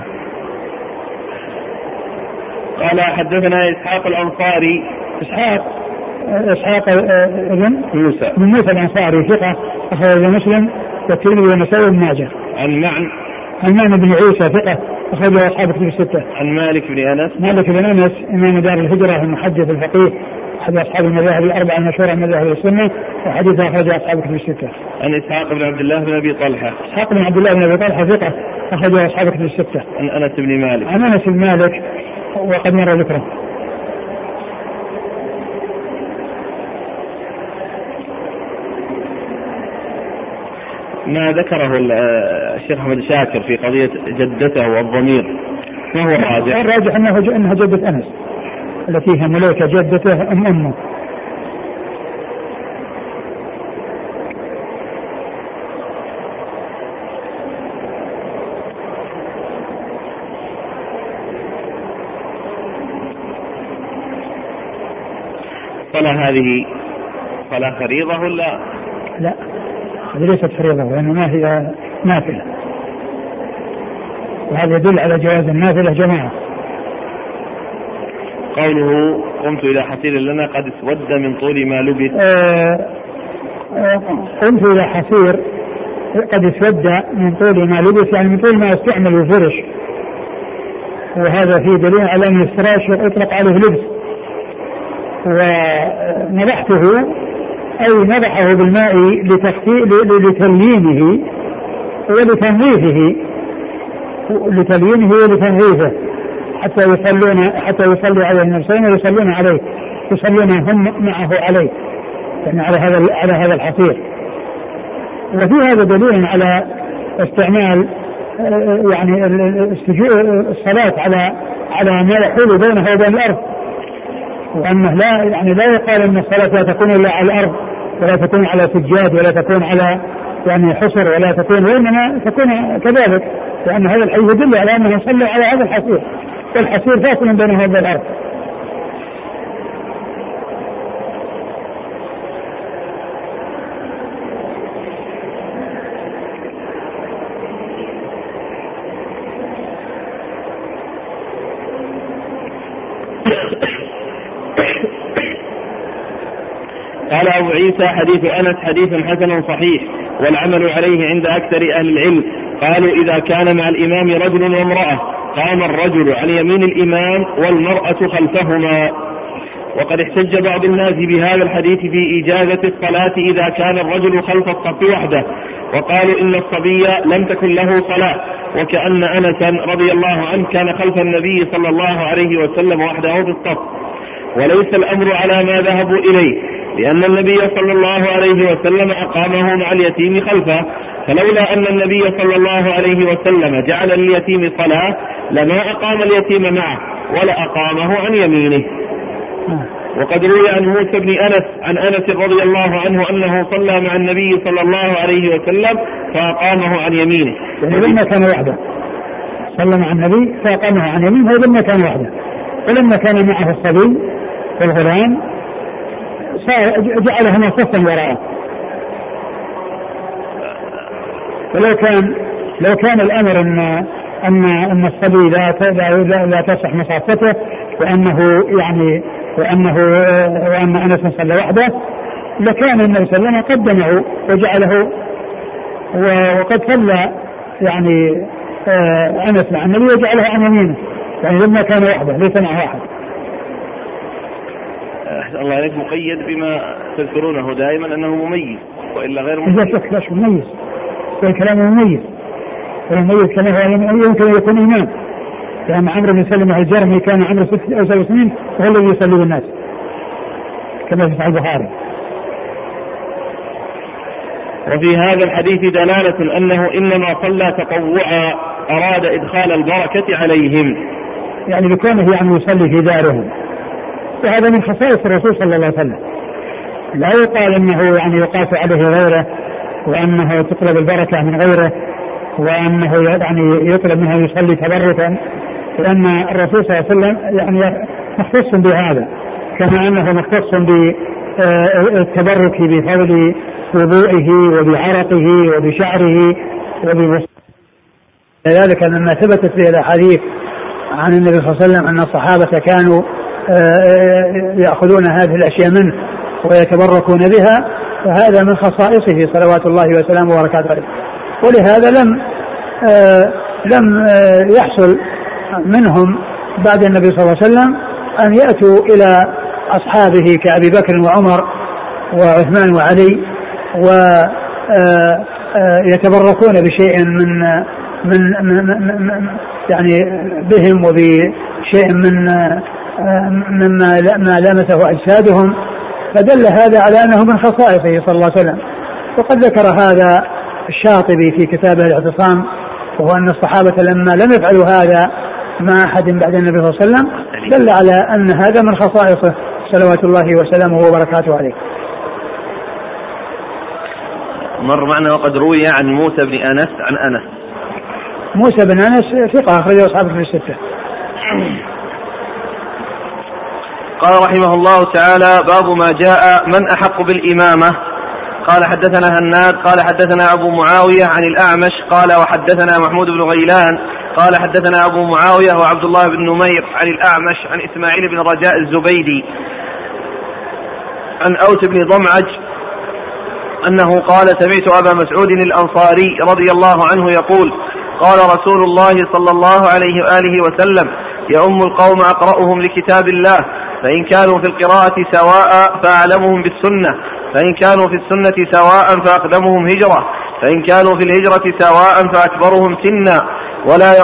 قال حدثنا إسحاق الأنصاري. إسحاق ابن موسى الأنصاري ثقة أخرج مسلم والترمذي والنسائي وابن ماجه. عن معن بن عيسى ثقة أخرج أصحاب الكتب الستة. عن مالك بن أنس إمام دار الهجرة المحدث الفقيه أحد أصحاب المذاهب الأربعة المشهورة من مذاهب السنة، وحديث أخرج أصحاب الكتب الستة. عن إسحاق بن عبد الله بن أبي طلحة. إسحاق بن عبد الله بن أبي طلحة ثقة أخرج أصحاب الكتب الستة. عن أنس بن مالك. عن أنس بن مالك وقد مر ذكره. ما ذكره الشيخ أحمد شاكر في قضية جدته والضمير ما هو الراجح؟ الراجح أنها جدة أنس التي هي ملائكة جدته أمه. صلاة هذه صلاة فريضة ولا لا؟ هذه ليست فريضة وإنما هي نافلة، وهذا يدل على جواز النافلة جماعة. قوله قمت إلى حصير لنا قد اسود من طول ما لبث. قمت إلى حصير قد اسود من طول ما لبث، يعني من طول ما استعمل وفرش، وهذا فيه دليل على أن الفراش يطلق عليه لبس. ونضحته أي نضحه بالماء لتليينه ولتنظيفه، ولتنظيفه حتى يصلي عليه النبيين ويصلون عليه، يصلون هم معه عليه، يعني على هذا الحصير. وفي هذا دليل على استعمال يعني الصلاة على ما يحول بينه وبين الأرض، وأنه لا يقال أن الصلاة لا تكون إلا على الأرض ولا تكون على سجاد ولا تكون على يعني حصر ولا تكون، وإنما تكون كذلك، لأن هذا الحديث يدل على أنه يصلي على هذا الحصير، والحصير فاصل بينه وبين الأرض. قال أبو عيسى حديث أنس حديث حسن صحيح، والعمل عليه عند أكثر أهل العلم. قالوا إذا كان مع الإمام رجل وامرأة قام الرجل عن يمين الإمام والمرأة خلفهما. وقد احتج بعض الناس بهذا الحديث في إجازة الصلاة إذا كان الرجل خلف الصف وحده، وقالوا إن الصبي لم تكن له صلاة، وكأن أنسا رضي الله عنه كان خلف النبي صلى الله عليه وسلم وحده في الصف. وليس الأمر على ما ذهبوا إليه، لأن النبي صلى الله عليه وسلم أقامه مع اليتيم خلفه، فلولا أن النبي صلى الله عليه وسلم جعل اليتيم صلاة لما أقام اليتيم معه ولا أقامه عن يمينه. وقد روي عن موسى بن أنس عن أنس رضي الله عنه أنه صلى مع النبي صلى الله عليه وسلم فأقامه عن يمينه، يعني لما كان وحده صلى مع النبي فأقامه عن يمينه لما كان وحده، ولما كان معه الصبي والغلام جعلهما صفا وراءه. ولو كان الأمر أن الصبي لا تصح مصافته، وأن أنس صلى وحده، لكان النبي صلى الله عليه وسلم قدمه وجعله، وقد صلى يعني أنس مع النبي وجعله عن يمينه، يعني لما كان وحده ليس مع أحد. أحسن الله عليك. مقيد بما تذكرونه دائما أنه مميز وإلا غير مميز. لا شك مميز، والكلام مميز، والمميز كما هو يمكن أن يكون إمام، لأن عمرو بن سلمة الجرمي كان عمره 6 أو 7 سنين وهو الذي يصلي بالناس كما في البخاري. وفي هذا الحديث دلالة أنه إنما صلى تطوعا أراد إدخال البركة عليهم، يعني بكونه يعني يصلي في دارهم، وهذا من خصائص الرسول صلى الله عليه وسلم. لا يقال انه يعني يقاس عليه غيره، وانه تطلب البركه من غيره، وانه يعني يطلب منه يصلي تبركا، لان الرسول صلى الله عليه وسلم يعني مختص بهذا، كما انه مختص بالتبرك بفضل وضوئه وبعرقه وبشعره ذلك مما ثبتت به الاحاديث عن النبي صلى الله عليه وسلم ان الصحابه كانوا يأخذون هذه الأشياء منه ويتبركون بها، فهذا من خصائصه صلوات الله وسلامه وبركاته عليه. ولهذا لم يحصل منهم بعد النبي صلى الله عليه وسلم أن يأتوا إلى أصحابه كأبي بكر وعمر وعثمان وعلي ويتبركون بشيء من يعني بهم وبشيء مما لامسه أجسادهم، فدل هذا على أنه من خصائصه صلى الله عليه وسلم. وقد ذكر هذا الشاطبي في كتابه الاعتصام، وهو أن الصحابة لما لم يفعلوا هذا مع أحد بعد النبي صلى الله عليه وسلم دل على أن هذا من خصائصه صلوات الله وسلامه وبركاته عليه. مر معنا وقد روي عن موسى بن أنس عن أنس. موسى بن أنس ثقة أخرجه أصحاب الكتب الستة. قال رحمه الله تعالى: باب ما جاء من أحق بالإمامة. قال حدثنا هناد قال حدثنا أبو معاوية عن الأعمش قال وحدثنا محمود بن غيلان قال حدثنا أبو معاوية وعبد الله بن نمير عن الأعمش عن إسماعيل بن رجاء الزبيدي عن أوس بن ضمعج أنه قال: سمعت أبا مسعود الأنصاري رضي الله عنه يقول: قال رسول الله صلى الله عليه وآله وسلم: يؤم القوم أقرأهم لكتاب الله، فإن كانوا في القراءة سواء فأعلمهم بالسنة، فإن كانوا في السنة سواء فأقدمهم هجرة، فإن كانوا في الهجرة سواء فأكبرهم سنا، ولا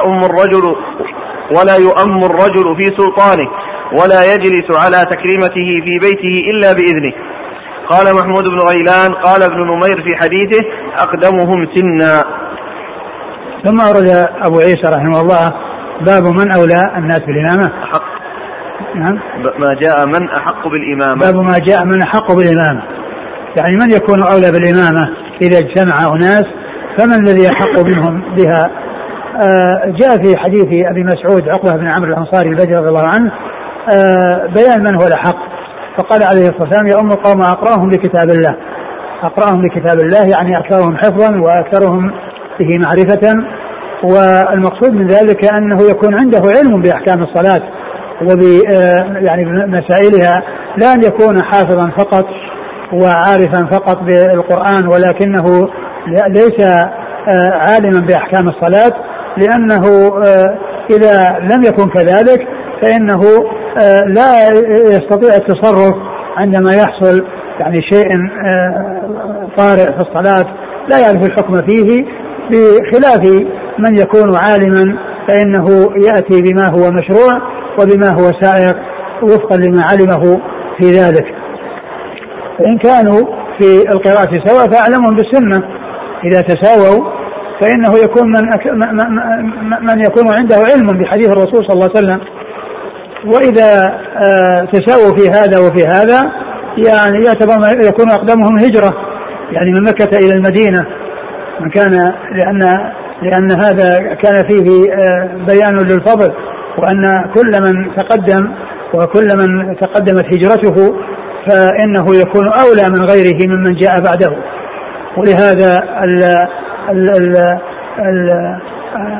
يؤم الرجل في سلطانه، ولا يجلس على تكريمته في بيته إلا بإذنه. قال محمود بن غيلان قال ابن نمير في حديثه: أقدمهم سنا. ثم أورد أبو عيسى رحمه الله باب من أولى الناس بالإمامة. نعم. ما جاء من أحق بالإمامة. باب ما جاء من أحق بالإمامة، يعني من يكون أولى بالإمامة إذا اجتمع أناس، فمن الذي يحق منهم بها. جاء في حديث أبي مسعود عقبة بن عمرو الأنصاري البدري رضي الله عنه بيان من هو الأحق، فقال عليه الصلاة والسلام: يؤم القوم أقرأهم لكتاب الله. أقرأهم لكتاب الله يعني أكثرهم حفظا وأكثرهم به معرفة، والمقصود من ذلك أنه يكون عنده علم بأحكام الصلاة يعني بمسائلها، لا أن يكون حافظا فقط وعارفا فقط بالقرآن ولكنه ليس عالما بأحكام الصلاة، لأنه إذا لم يكن كذلك فإنه لا يستطيع التصرف عندما يحصل يعني شيء طارئ في الصلاة لا يعرف الحكم فيه، بخلاف من يكون عالما فإنه يأتي بما هو مشروع وبما هو سائق وفقا لما علمه في ذلك. فإن كانوا في القراءة سواء فأعلمهم بالسنة، إذا تساووا فإنه يكون من يكون عنده علم بحديث الرسول صلى الله عليه وسلم. وإذا تساووا في هذا وفي هذا يعني يعتبر يكون أقدمهم هجرة، يعني من مكة إلى المدينة، من كان لأن هذا كان فيه بيان للفضل، وأن كل من تقدم وكل من تقدمت هجرته فإنه يكون أولى من غيره ممن جاء بعده. ولهذا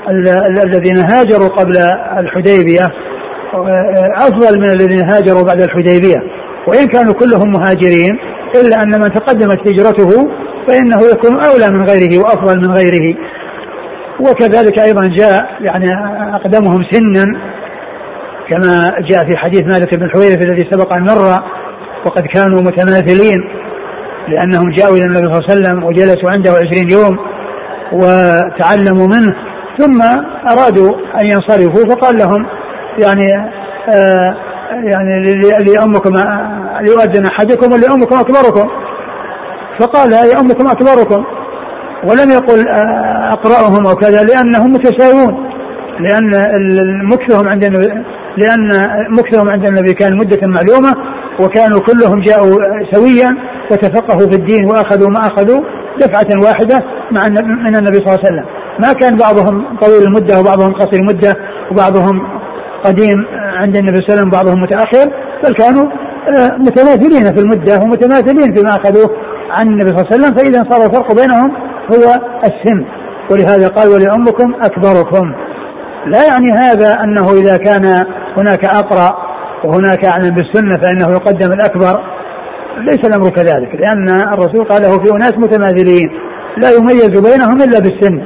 الذين هاجروا قبل الحديبية أفضل من الذين هاجروا بعد الحديبية، وإن كانوا كلهم مهاجرين إلا أن من تقدمت هجرته فإنه يكون أولى من غيره وأفضل من غيره. وكذلك أيضا جاء يعني أقدمهم سنا كما جاء في حديث مالك بن الحويرث الذي سبق أن مر، وقد كانوا متماثلين لأنهم جاءوا إلى النبي صلى الله عليه وسلم وجلسوا عنده 20 يوم وتعلموا منه، ثم أرادوا أن ينصرفوا فقال لهم يعني لأمكم ليؤذن أحدكم ولأمكم أكبركم، فقال يأمكم أكبركم، ولم يقل أقرأهم أو كذا لأنهم متساوون، لأن مكثهم عند النبي كان مدة معلومة، وكانوا كلهم جاءوا سويا وتفقهوا في الدين وأخذوا ما أخذوا دفعة واحدة من النبي صلى الله عليه وسلم. ما كان بعضهم طويل المدة وبعضهم قصير المدة وبعضهم قديم عند النبي صلى الله عليه وسلم وبعضهم متأخر، بل كانوا متماثلين في المدة ومتماثلين فيما أخذوه عن النبي صلى الله عليه وسلم، فإذا صار الفرق بينهم هو السن. ولهذا قال ولأمكم أكبركم. لا يعني هذا أنه إذا كان هناك أقرأ وهناك أعلم بالسنة فإنه يقدم الأكبر، ليس الأمر كذلك، لأن الرسول قال له في أناس متماثلين لا يميز بينهم إلا بالسن.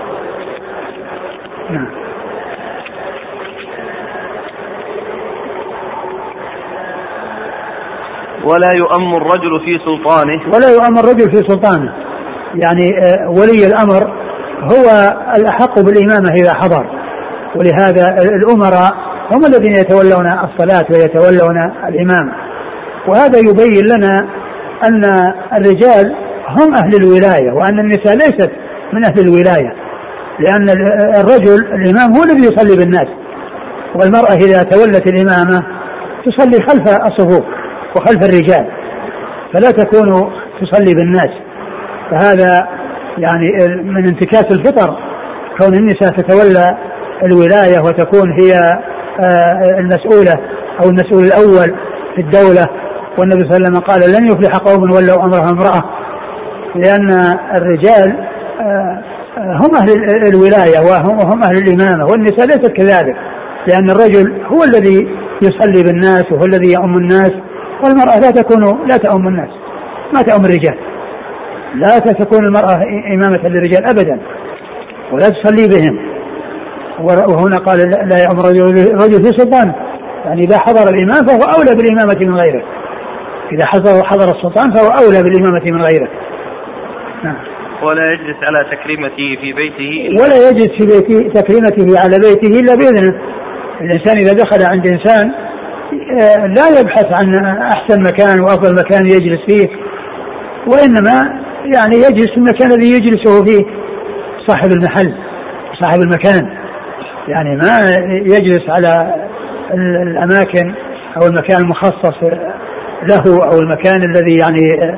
ولا يؤم الرجل في سلطانه. ولا يؤم الرجل في سلطانه، يعني ولي الأمر هو الأحق بالإمامة إذا حضر، ولهذا الأمراء هم الذين يتولون الصلاة ويتولون الإمام. وهذا يبين لنا أن الرجال هم أهل الولاية وأن النساء ليست من أهل الولاية، لأن الرجل الإمام هو الذي يصلي بالناس، والمرأة إذا تولت الإمامة تصلي خلف الصفوف وخلف الرجال، فلا تكون تصلي بالناس. فهذا يعني من انتكاس الفطر كون النساء تتولى الولاية وتكون هي المسؤولة أو المسؤول الأول في الدولة. والنبي صلى الله عليه وسلم قال لن يفلح قوم ولوا أمرهم امرأة، لأن الرجال هم أهل الولاية وهم أهل الإمامة، والنساء ليست كذلك، لأن الرجل هو الذي يصلي بالناس وهو الذي يؤم الناس، والمرأة لا تؤم الناس، ما تؤم الرجال، لا تكون المرأة إمامة للرجال أبدا ولا تصلي بهم. وهنا قال لا يؤم الرجل في سلطانه، يعني إذا حضر الإمام فهو أولى بالإمامة من غيره، إذا حضر السلطان فهو أولى بالإمامة من غيره. ولا يجلس على تكريمته في بيته، ولا يجلس في بيته تكريمته على بيته إلا بإذنه. الإنسان إذا دخل عند إنسان لا يبحث عن أحسن مكان وأفضل مكان يجلس فيه، وإنما يعني يجلس في المكان الذي يجلسه فيه صاحب المحل صاحب المكان، يعني ما يجلس على الأماكن أو المكان المخصص له أو المكان الذي يعني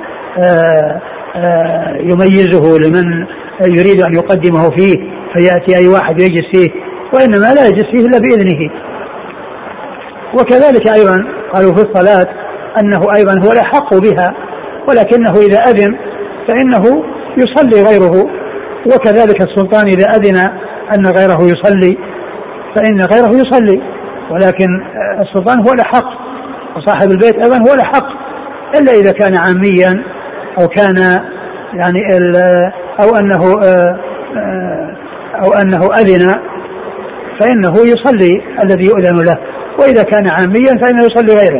يميزه لمن يريد أن يقدمه فيه فيأتي أي واحد يجلس فيه، وإنما لا يجلس فيه إلا بإذنه. وكذلك أيضا قالوا في الصلاة أنه أيضا هو الأحق بها، ولكنه إذا أذن فإنه يصلي غيره، وكذلك السلطان إذا أذن أن غيره يصلي فإن غيره يصلي، ولكن السلطان هو الأحق وصاحب البيت أيضا هو الأحق، إلا إذا كان عاميا أو كان يعني أو أنه أذن فإنه يصلي الذي يؤذن له، وإذا كان عاميا فإنه يصلي غيره.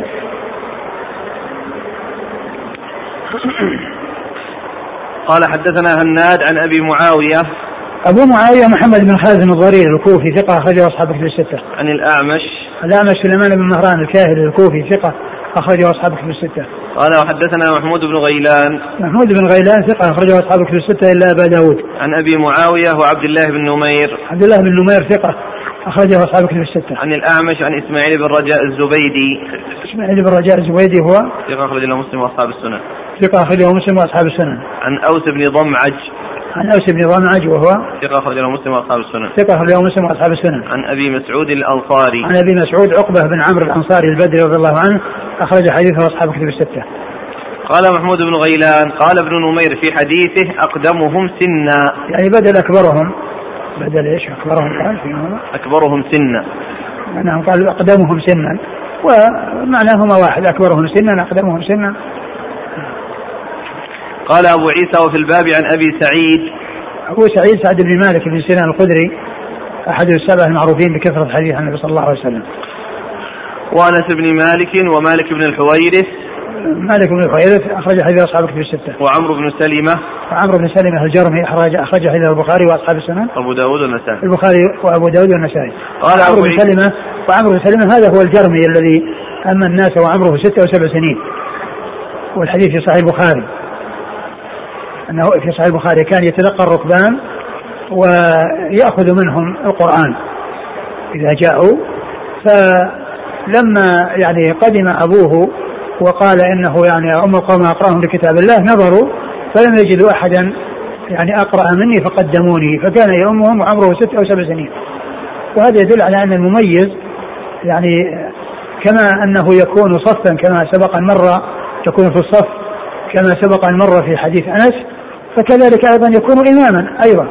قال حدثنا هناد عن أبي معاوية. أبو معاوية محمد بن خازم الضرير الكوفي ثقة أخرجه أصحاب كتب الستة. عن الأعمش سليمان بن مهران الكاهلي الكوفي ثقة أخرجه أصحاب كتب الستة. قال وحدثنا محمود بن غيلان. محمود بن غيلان ثقة أخرجه أصحاب كتب الستة إلا أبا داود. عن أبي معاوية وعبد الله بن نمير. عبد الله بن نمير ثقة أخرجه أصحاب كتب الستة. عن الأعمش عن إسماعيل بن رجاء الزبيدي. إسماعيل بن رجاء الزبيدي هو ثقة أخرجه مسلم وأصحاب السنن. ثقة أخرجه مسلم وأصحاب السنن. عن أوس بن ضمعج. عن أوس بن ضمعج وهو ثقة أخرجه مسلم وأصحاب السنن. ثقة أخرجه مسلم وأصحاب السنن. عن أبي مسعود الأنصاري. عن أبي مسعود عقبة بن عمرو الأنصاري البدري رضي الله عنه أخرج حديثه أصحاب كتب الستة. قال محمود بن غيلان قال ابن نمير في حديثه أقدمهم سنا، يعني بدل أكبرهم، بدل إيش أكبرهم؟ أكبرهم سنا. نعم قال أقدمهم سنا، ومعناهما واحد، أكبرهم سنا أقدمهم سنا. قال أبو عيسى وفي الباب عن أبي سعيد. أبو سعيد سعد بن مالك بن سنان الخدري أحد السبع المعروفين بكثرة حديث عن النبي صلى الله عليه وسلم. وأنس بن مالك ومالك بن الحويرث. مالك بن الحويرث أخرج حديث أصحاب الكتب الستة. وعمرو بن سلمة. وعمرو بن سلمة الجرمي أخرج حديث البخاري وأصحاب السنن. أبو داود والنسائي. البخاري وأبو داود والنسائي. قال عمرو بن سلمة، وعمرو بن سلمة هذا هو الجرمي الذي أما الناس وعمره 6 أو 7 سنين، والحديث في صحيح البخاري أنه في صحيح البخاري كان يتلقى الركبان ويأخذ منهم القرآن إذا جاءوا، فلما يعني قدم أبوه وقال إنه يعني أم القوم أقرأهم لكتاب الله، نظروا فلم يجدوا أحدا يعني أقرأ مني فقدموني، فكان يأمهم وعمره 6 أو 7 سنين. وهذا يدل على أن المميز يعني كما أنه يكون صفا كما سبق المرة يكون في الصف كما سبق المرة في حديث أنس، فكذلك أيضا يكون إماما أيضا.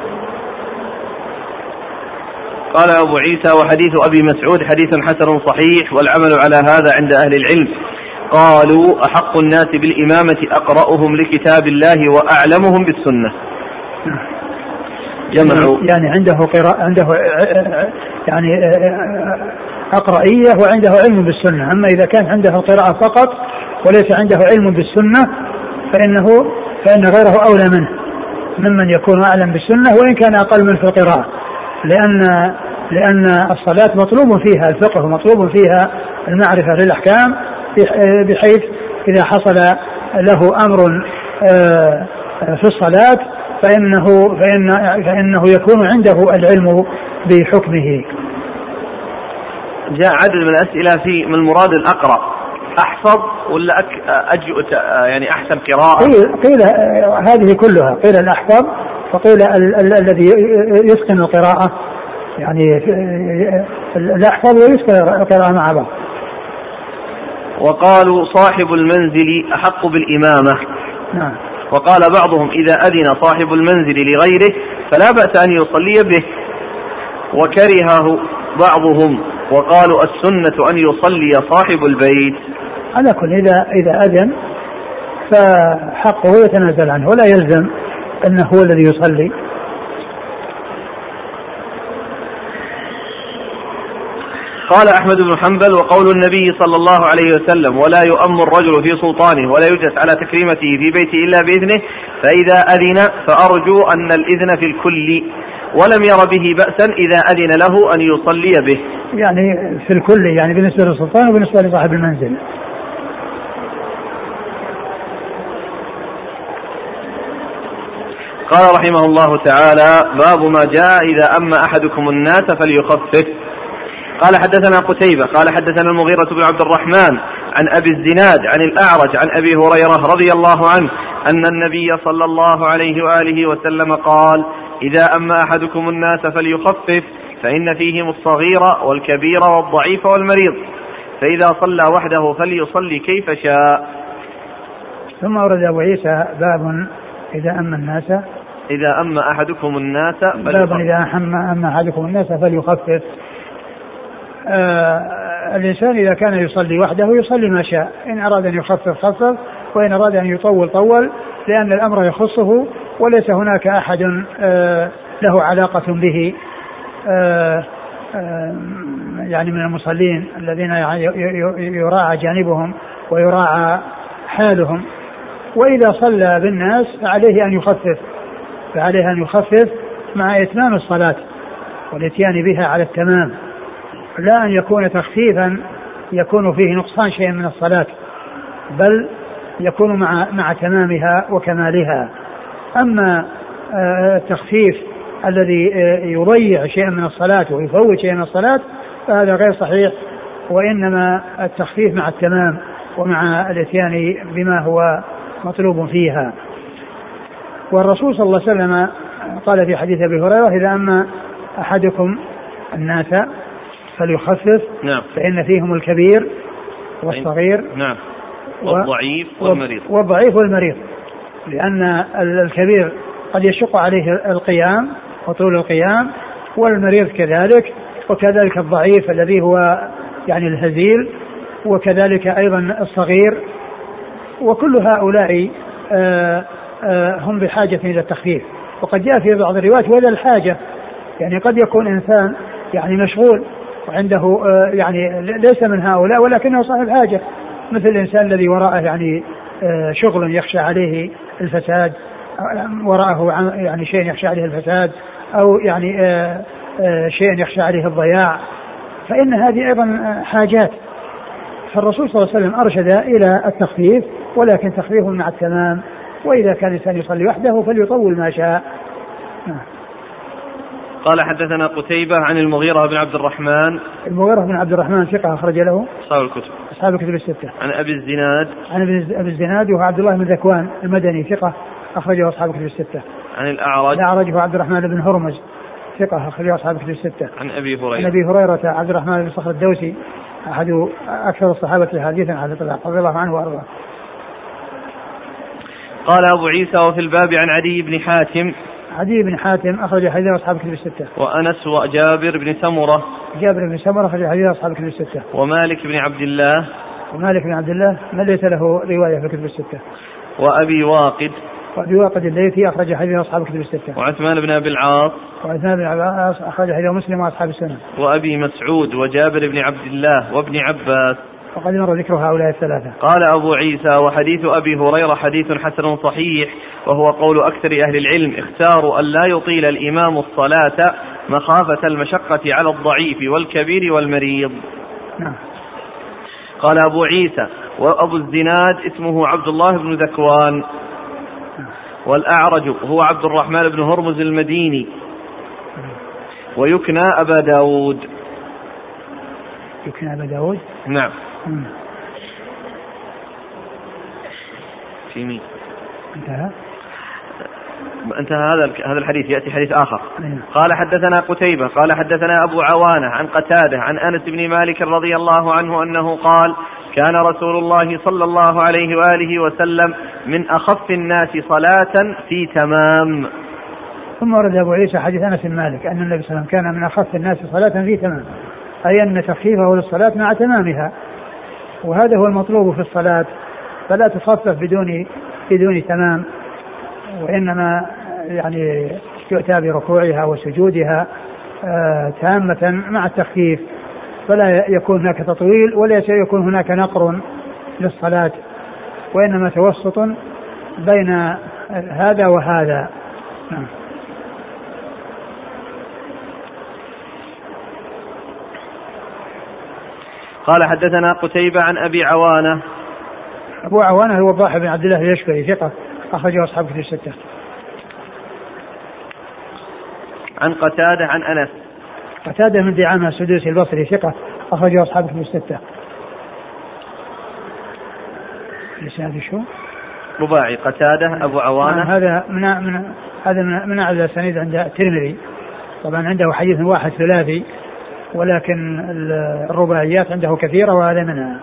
قال أبو عيسى وحديث أبي مسعود حديث حسن صحيح، والعمل على هذا عند أهل العلم. قالوا أحق الناس بالإمامة أقرأهم لكتاب الله وأعلمهم بالسنة. جمعوا يعني عنده قراءة، عنده يعني أقرأية وعنده علم بالسنة. أما إذا كان عنده القراءة فقط وليس عنده علم بالسنة فإن غيره أولى منه ممن يكون أعلم بالسنة وإن كان أقل منه في القراءة، لأن الصلاة مطلوب فيها الفقه ومطلوب فيها المعرفة للأحكام، بحيث إذا حصل له أمر في الصلاة فإنه يكون عنده العلم بحكمه. جاء عدد من الأسئلة في من المراد الأقرأ أحفظ ولا يعني أحسن قراءة؟ قيل هذه كلها، قيل الأحفظ وقيل الذي يتقن القراءة، يعني الأحفظ ويتقن القراءة مع بعض. وقالوا صاحب المنزل أحق بالإمامة. نعم. وقال بعضهم إذا أذن صاحب المنزل لغيره فلا بأس أن يصلي به، وكرهه بعضهم وقالوا السنة أن يصلي صاحب البيت. على كل إذا أذن فحقه يتنازل عنه ولا يلزم أنه هو الذي يصلي. قال أحمد بن حنبل وقول النبي صلى الله عليه وسلم ولا يؤم الرجل في سلطانه ولا يجلس على تكريمته في بيته إلا بإذنه، فإذا أذن فأرجو أن الإذن في الكل، ولم ير به بأسا إذا أذن له أن يصلي به. يعني في الكل، يعني بالنسبة للسلطان وبالنسبة لصاحب المنزل. قال رحمه الله تعالى باب ما جاء إذا أما أحدكم الناس فليخفف. قال حدثنا قتيبة قال حدثنا المغيرة بن عبد الرحمن عن أبي الزناد عن الأعرج عن أبي هريرة رضي الله عنه أن النبي صلى الله عليه وآله وسلم قال إذا أما أحدكم الناس فليخفف فإن فيهم الصغير والكبير والضعيف والمريض، فإذا صلى وحده فليصلي كيف شاء. ثم ورد أبو عيسى باب إذا أما الناس، إذا أما أحدكم الناس باب إذا أما أحدكم الناس فليخفف. الإنسان إذا كان يصلي وحده يصلي ما شاء، إن أراد أن يخفف خفف، وإن أراد أن يطول طول، لأن الأمر يخصه وليس هناك أحد له علاقة به يعني من المصلين الذين يراعى جانبهم ويراعى حالهم. وإذا صلى بالناس فعليه أن يخفف مع إتمام الصلاة والاتيان بها على التمام، لا أن يكون تخفيفا يكون فيه نقصان شيء من الصلاة، بل يكون مع تمامها وكمالها. أما التخفيف الذي يضيع شيئا من الصلاة ويفوت شيئا من الصلاة فهذا غير صحيح، وإنما التخفيف مع التمام ومع الاتيان بما هو مطلوب فيها. والرسول صلى الله عليه وسلم قال في حديث أبي هريرة إذا أما أحدكم الناس فليخفف نعم. فإن فيهم الكبير والصغير نعم. والضعيف والمريض، لأن الكبير قد يشق عليه القيام وطول القيام، والمريض كذلك، وكذلك الضعيف الذي هو يعني الهزيل، وكذلك أيضا الصغير، وكل هؤلاء هم بحاجة إلى التخفيف. وقد جاء في بعض الروايات ولا الحاجة، يعني قد يكون إنسان يعني مشغول وعنده يعني ليس من هؤلاء ولكنه صاحب حاجة، مثل الإنسان الذي وراءه يعني شغل يخشى عليه الفساد، وراءه يعني شيء يخشى عليه الفساد، أو يعني شيء يخشى عليه الضياع، فإن هذه أيضا حاجات. فالرسول صلى الله عليه وسلم أرشد إلى التخفيف، ولكن تخفيف مع التمام. وإذا كان الإنسان يصلي وحده فليطول ما شاء. قال حدثنا قتيبة عن المغيرة بن عبد الرحمن. المغيرة بن عبد الرحمن ثقة أخرج له أصحاب الكتب الستة. عن أبي الزناد. عن أبي الزناد وهو عبد الله بن ذكوان المدني ثقة أخرجه أصحاب الكتب الستة. عن الأعرج. الأعرج هو عبد الرحمن بن هرمز ثقة أخرجه أصحاب الكتب الستة. عن أبي هريرة. عن أبي هريرة عبد الرحمن بن صخر الدوسي أحد أكثر الصحابة حديثا على الإطلاق رضي الله عنه وأرضاه. قال أبو عيسى وفي الباب عن عدي بن حاتم. عدي بن حاتم أخرج حديث أصحاب الكتب الستة. وأنس وجابر بن سمرة. جابر بن سمرة أخرج حديث أصحاب الكتب الستة. ومالك بن عبد الله. ومالك بن عبد الله من ليس له رواية في الكتب الستة. وأبي واقد. وأبي واقد الليثي أخرج حديث أصحاب الكتب الستة. وعثمان بن أبي العاص. وعثمان بن أبي العاص أخرج حديث مسلم وأصحاب السنة. وأبي مسعود وجابر بن عبد الله وابن عباس. وقد مر ذكر هؤلاء الثلاثة. قال أبو عيسى وحديث أبي هريرة حديث حسن صحيح، وهو قول أكثر أهل العلم، اختاروا أن لا يطيل الإمام الصلاة مخافة المشقة على الضعيف والكبير والمريض. نعم. قال أبو عيسى وأبو الزناد اسمه عبد الله بن ذكوان. والأعرج هو عبد الرحمن بن هرمز المديني. ويكنى أبا داود. يكنى أبا داود. نعم. في مين؟ انتهى هذا الحديث. يأتي حديث آخر. قال حدثنا قتيبة قال حدثنا أبو عوانة عن قتادة عن أنس بن مالك رضي الله عنه أنه قال كان رسول الله صلى الله عليه وآله وسلم من أخف الناس صلاة في تمام. ثم ورد أبو عيسى حديث أنس بن مالك أن النبي صلى الله عليه وسلم كان من أخف الناس صلاة في تمام، أي أن تخفيفه للصلاة مع تمامها، وهذا هو المطلوب في الصلاة، فلا تخفف بدون تمام، وإنما يعني يؤتى بركوعها وسجودها تامة مع التخفيف، فلا يكون هناك تطويل ولا يكون هناك نقر للصلاة، وإنما توسط بين هذا وهذا. قال حدثنا قتيبة عن أبي عوانة. أبو عوانة هو الضاحي بن عبد الله اليشكري ثقة أخرجه أصحاب الكتب الستة. عن قتادة عن أنس. قتادة من دعامة السدوسي البصري ثقة أخرجه أصحاب الكتب الستة. لسان شو؟ رباعي قتادة أبو عوانة. هذا من أعلى الأسانيد عند الترمذي، طبعا عنده حديث واحد ثلاثي، ولكن الرباعيات عنده كثيرة وهذا منها.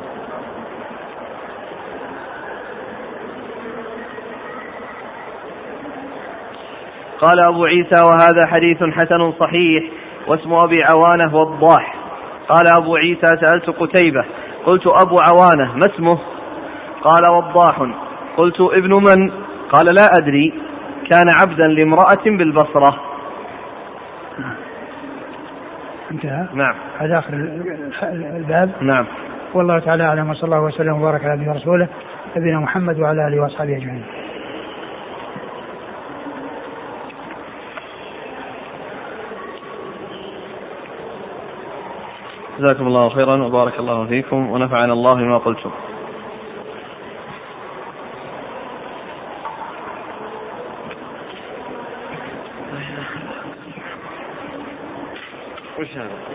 قال أبو عيسى وهذا حديث حسن صحيح، واسم أبي عوانة وضاح. قال أبو عيسى سألت قتيبة قلت أبو عوانة ما اسمه؟ قال وضاح. قلت ابن من؟ قال لا أدري، كان عبدا لامرأة بالبصرة. انتهى. نعم. هذا آخر الباب. نعم. والله تعالى أعلم، وصلى الله وسلم وبارك على نبينا ورسوله نبينا محمد وعلى آله وأصحابه أجمعين. جزاكم الله خيرا وبارك الله فيكم ونفعنا الله بما قلتم. وش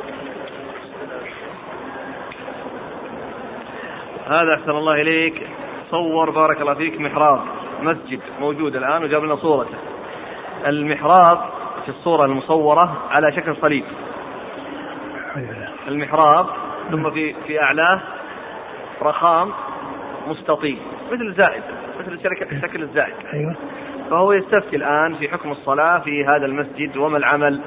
هذا أحسن الله إليك، صور بارك الله فيك محراب مسجد موجود الآن وجاب لنا صورته. المحراب في الصورة المصورة على شكل صليب، المحراب ثم في أعلاه رخام مستطيل مثل الزائد، مثل شكل الزائد. أيوة. فهو يستفتي الآن في حكم الصلاة في هذا المسجد وما العمل.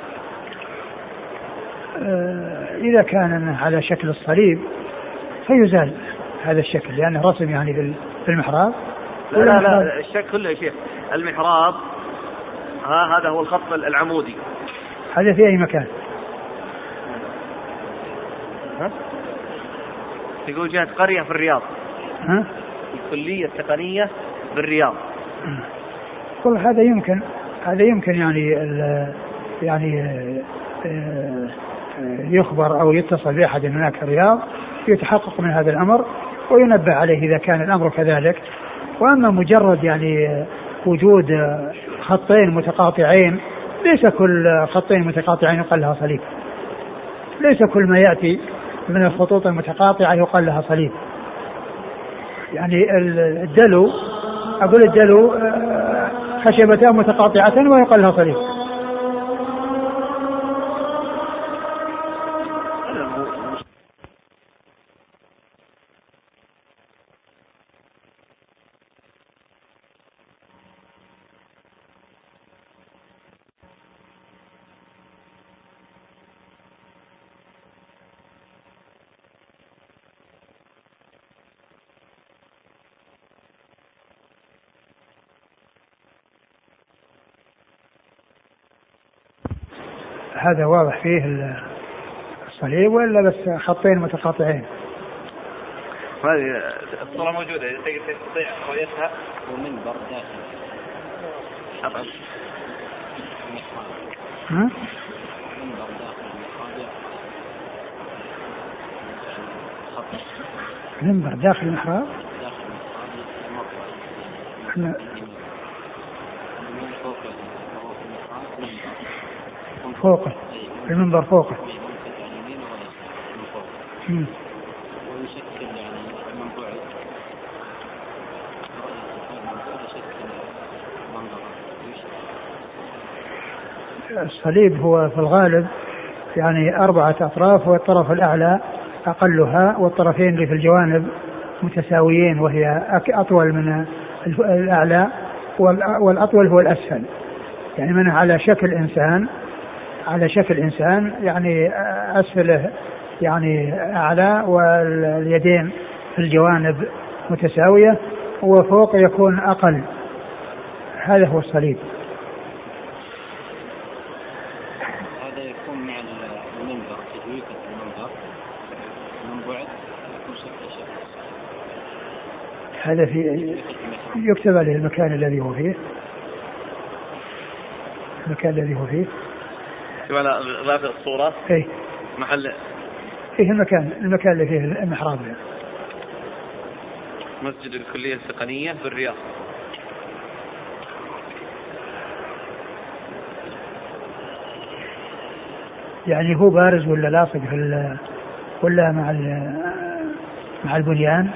إذا كان على شكل الصليب فيزال هذا الشكل لأنه رسم يعني في المحراب. لا الشكل كله يا شيخ. المحراب هذا هو الخط العمودي. هذا في أي مكان؟ تقول جهة قرية في الرياض. الكلية التقنية بالرياض. كل هذا يمكن يعني يخبر أو يتصل بأحد هناك الرياض يتحقق من هذا الأمر وينبه عليه إذا كان الأمر كذلك. وأما مجرد يعني وجود خطين متقاطعين، ليس كل خطين متقاطعين يقال لها صليب، ليس كل ما يأتي من الخطوط المتقاطعة يقال لها صليب. يعني الدلو خشبتان متقاطعتان ويقال لها صليب. هذا واضح فيه الصليب ولا بس خطين متقاطعين؟ هذه الصورة موجودة تستطيع رؤيتها. ومنبر داخل منبر داخل المحراب. فوقه المنبر فوقه. ويشكل يعني من بعد الصليب هو في الغالب يعني 4 أطراف والطرف الأعلى أقلها والطرفين اللي في الجوانب متساويين وهي أطول من الأعلى والأطول هو الأسفل. يعني من على شكل إنسان يعني أسفله يعني أعلى واليدين في الجوانب متساوية وفوق يكون أقل. هذا هو الصليب. هذا يكون مع المنبر تجويفة المنبر من بعد يكون شكل هذا في يكتب عليه المكان الذي هو فيه. شوف على غلاف الصورة. إيه محل. إيه المكان اللي فيه المحراب. مسجد الكلية التقنية في الرياض. يعني هو بارز ولا لاصق ولا مع البنيان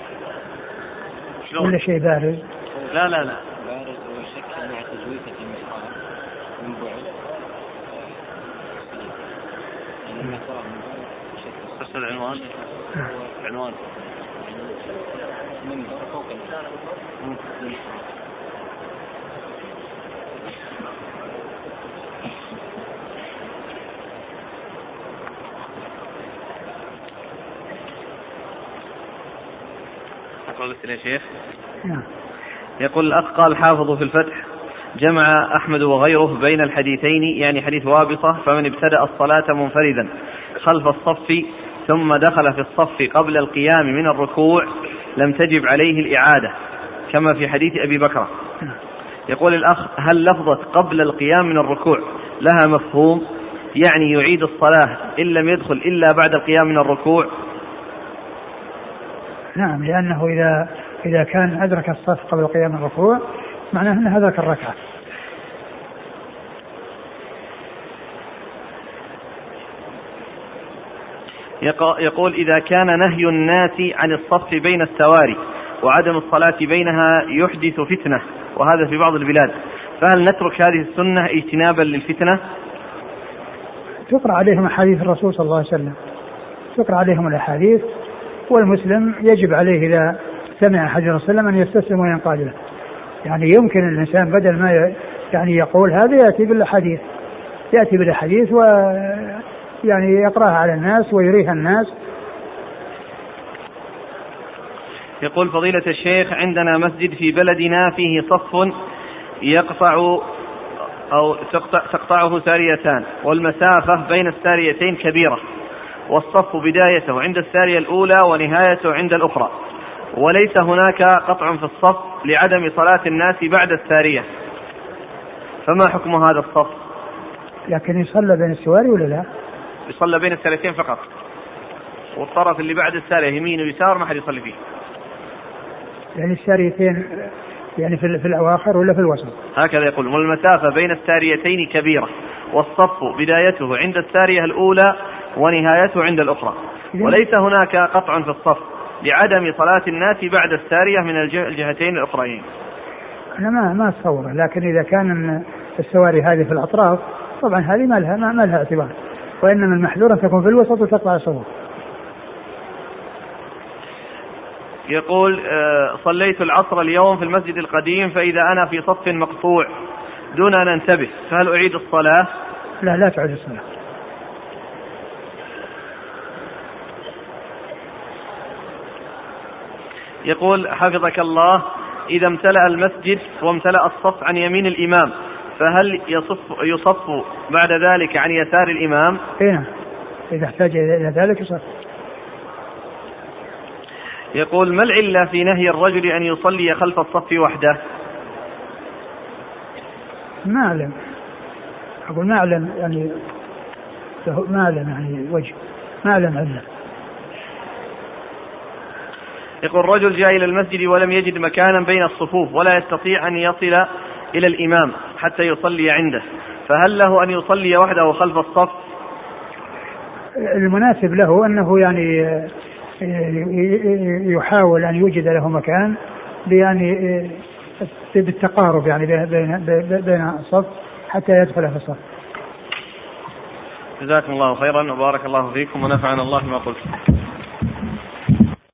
ولا شيء بارز؟ لا بارز ويشكل مع تجويفة المحراب من بعد. أرسل العنوان. عنوان منبر فوق أقول يا شيخ. يقول الأخ قال الحافظ في الفتح جمع أحمد وغيره بين الحديثين يعني حديث وابصة فمن ابتدأ الصلاة منفردا خلف الصف ثم دخل في الصف قبل القيام من الركوع لم تجب عليه الإعادة كما في حديث أبي بكر. يقول الأخ هل لفظة قبل القيام من الركوع لها مفهوم يعني يعيد الصلاة إن لم يدخل إلا بعد القيام من الركوع؟ نعم لأنه إذا كان أدرك الصف قبل القيام من الركوع معناه أنه أدرك الركعة. يقول إذا كان نهي الناس عن الصف بين السواري وعدم الصلاة بينها يحدث فتنة وهذا في بعض البلاد فهل نترك هذه السنة اجتنابا للفتنة؟ تقرأ عليهم أحاديث الرسول صلى الله عليه وسلم، تقرأ عليهم الأحاديث والمسلم يجب عليه إذا سمع حديث الرسول صلى الله عليه وسلم أن يستسلم وينقاد له. يعني يمكن الإنسان بدل ما يعني يقول هذا يأتي بالحديث ويعني يقرأها على الناس ويريها الناس. يقول فضيلة الشيخ عندنا مسجد في بلدنا فيه صف يقطع أو تقطعه ساريتان والمسافة بين الساريتين كبيرة والصف بدايته عند السارية الأولى ونهايته عند الأخرى وليس هناك قطع في الصف لعدم صلاة الناس بعد السارية، فما حكم هذا الصف؟ لكن يصلى بين السواري ولا لا؟ يصلى بين الساريتين فقط، والطرف اللي بعد السارية يمين ويسار ما حد يصلي فيه. يعني الساريتين يعني في الأواخر ولا في الوسط؟ هكذا يقول. والمسافة بين الساريتين كبيرة والصف بدايته عند السارية الأولى ونهايته عند الأخرى وليس هناك قطع في الصف لعدم صلاة الناس بعد السارية من الجهتين الأخرين. أنا ما أتصور، لكن إذا كان السواري هذه في الأطراف طبعا هذه ما لها اعتبار، وإنما المحذور أن تكون في الوسط وتقطع الصف. يقول صليت العصر اليوم في المسجد القديم فإذا أنا في صف مقطوع دون أن أنتبه فهل أعيد الصلاة؟ لا تعيد الصلاة. يقول حفظك الله إذا امتلأ المسجد وامتلأ الصف عن يمين الإمام فهل يصف بعد ذلك عن يسار الإمام؟ إذا احتاج إلى ذلك يصف. يقول ما العلة في نهي الرجل أن يصلي خلف الصف وحده؟ ما أعلم، أقول ما أعلم يعني وجه، ما أعلم علة. يقول رجل جاء إلى المسجد ولم يجد مكانا بين الصفوف ولا يستطيع أن يصل إلى الإمام حتى يصلي عنده فهل له أن يصلي وحده خلف الصف؟ المناسب له أنه يعني يحاول أن يوجد له مكان يعني بالتقارب يعني بين الصف حتى يدخل في الصف. جزاكم الله خيرا وبارك الله فيكم ونفعنا الله ما قلت.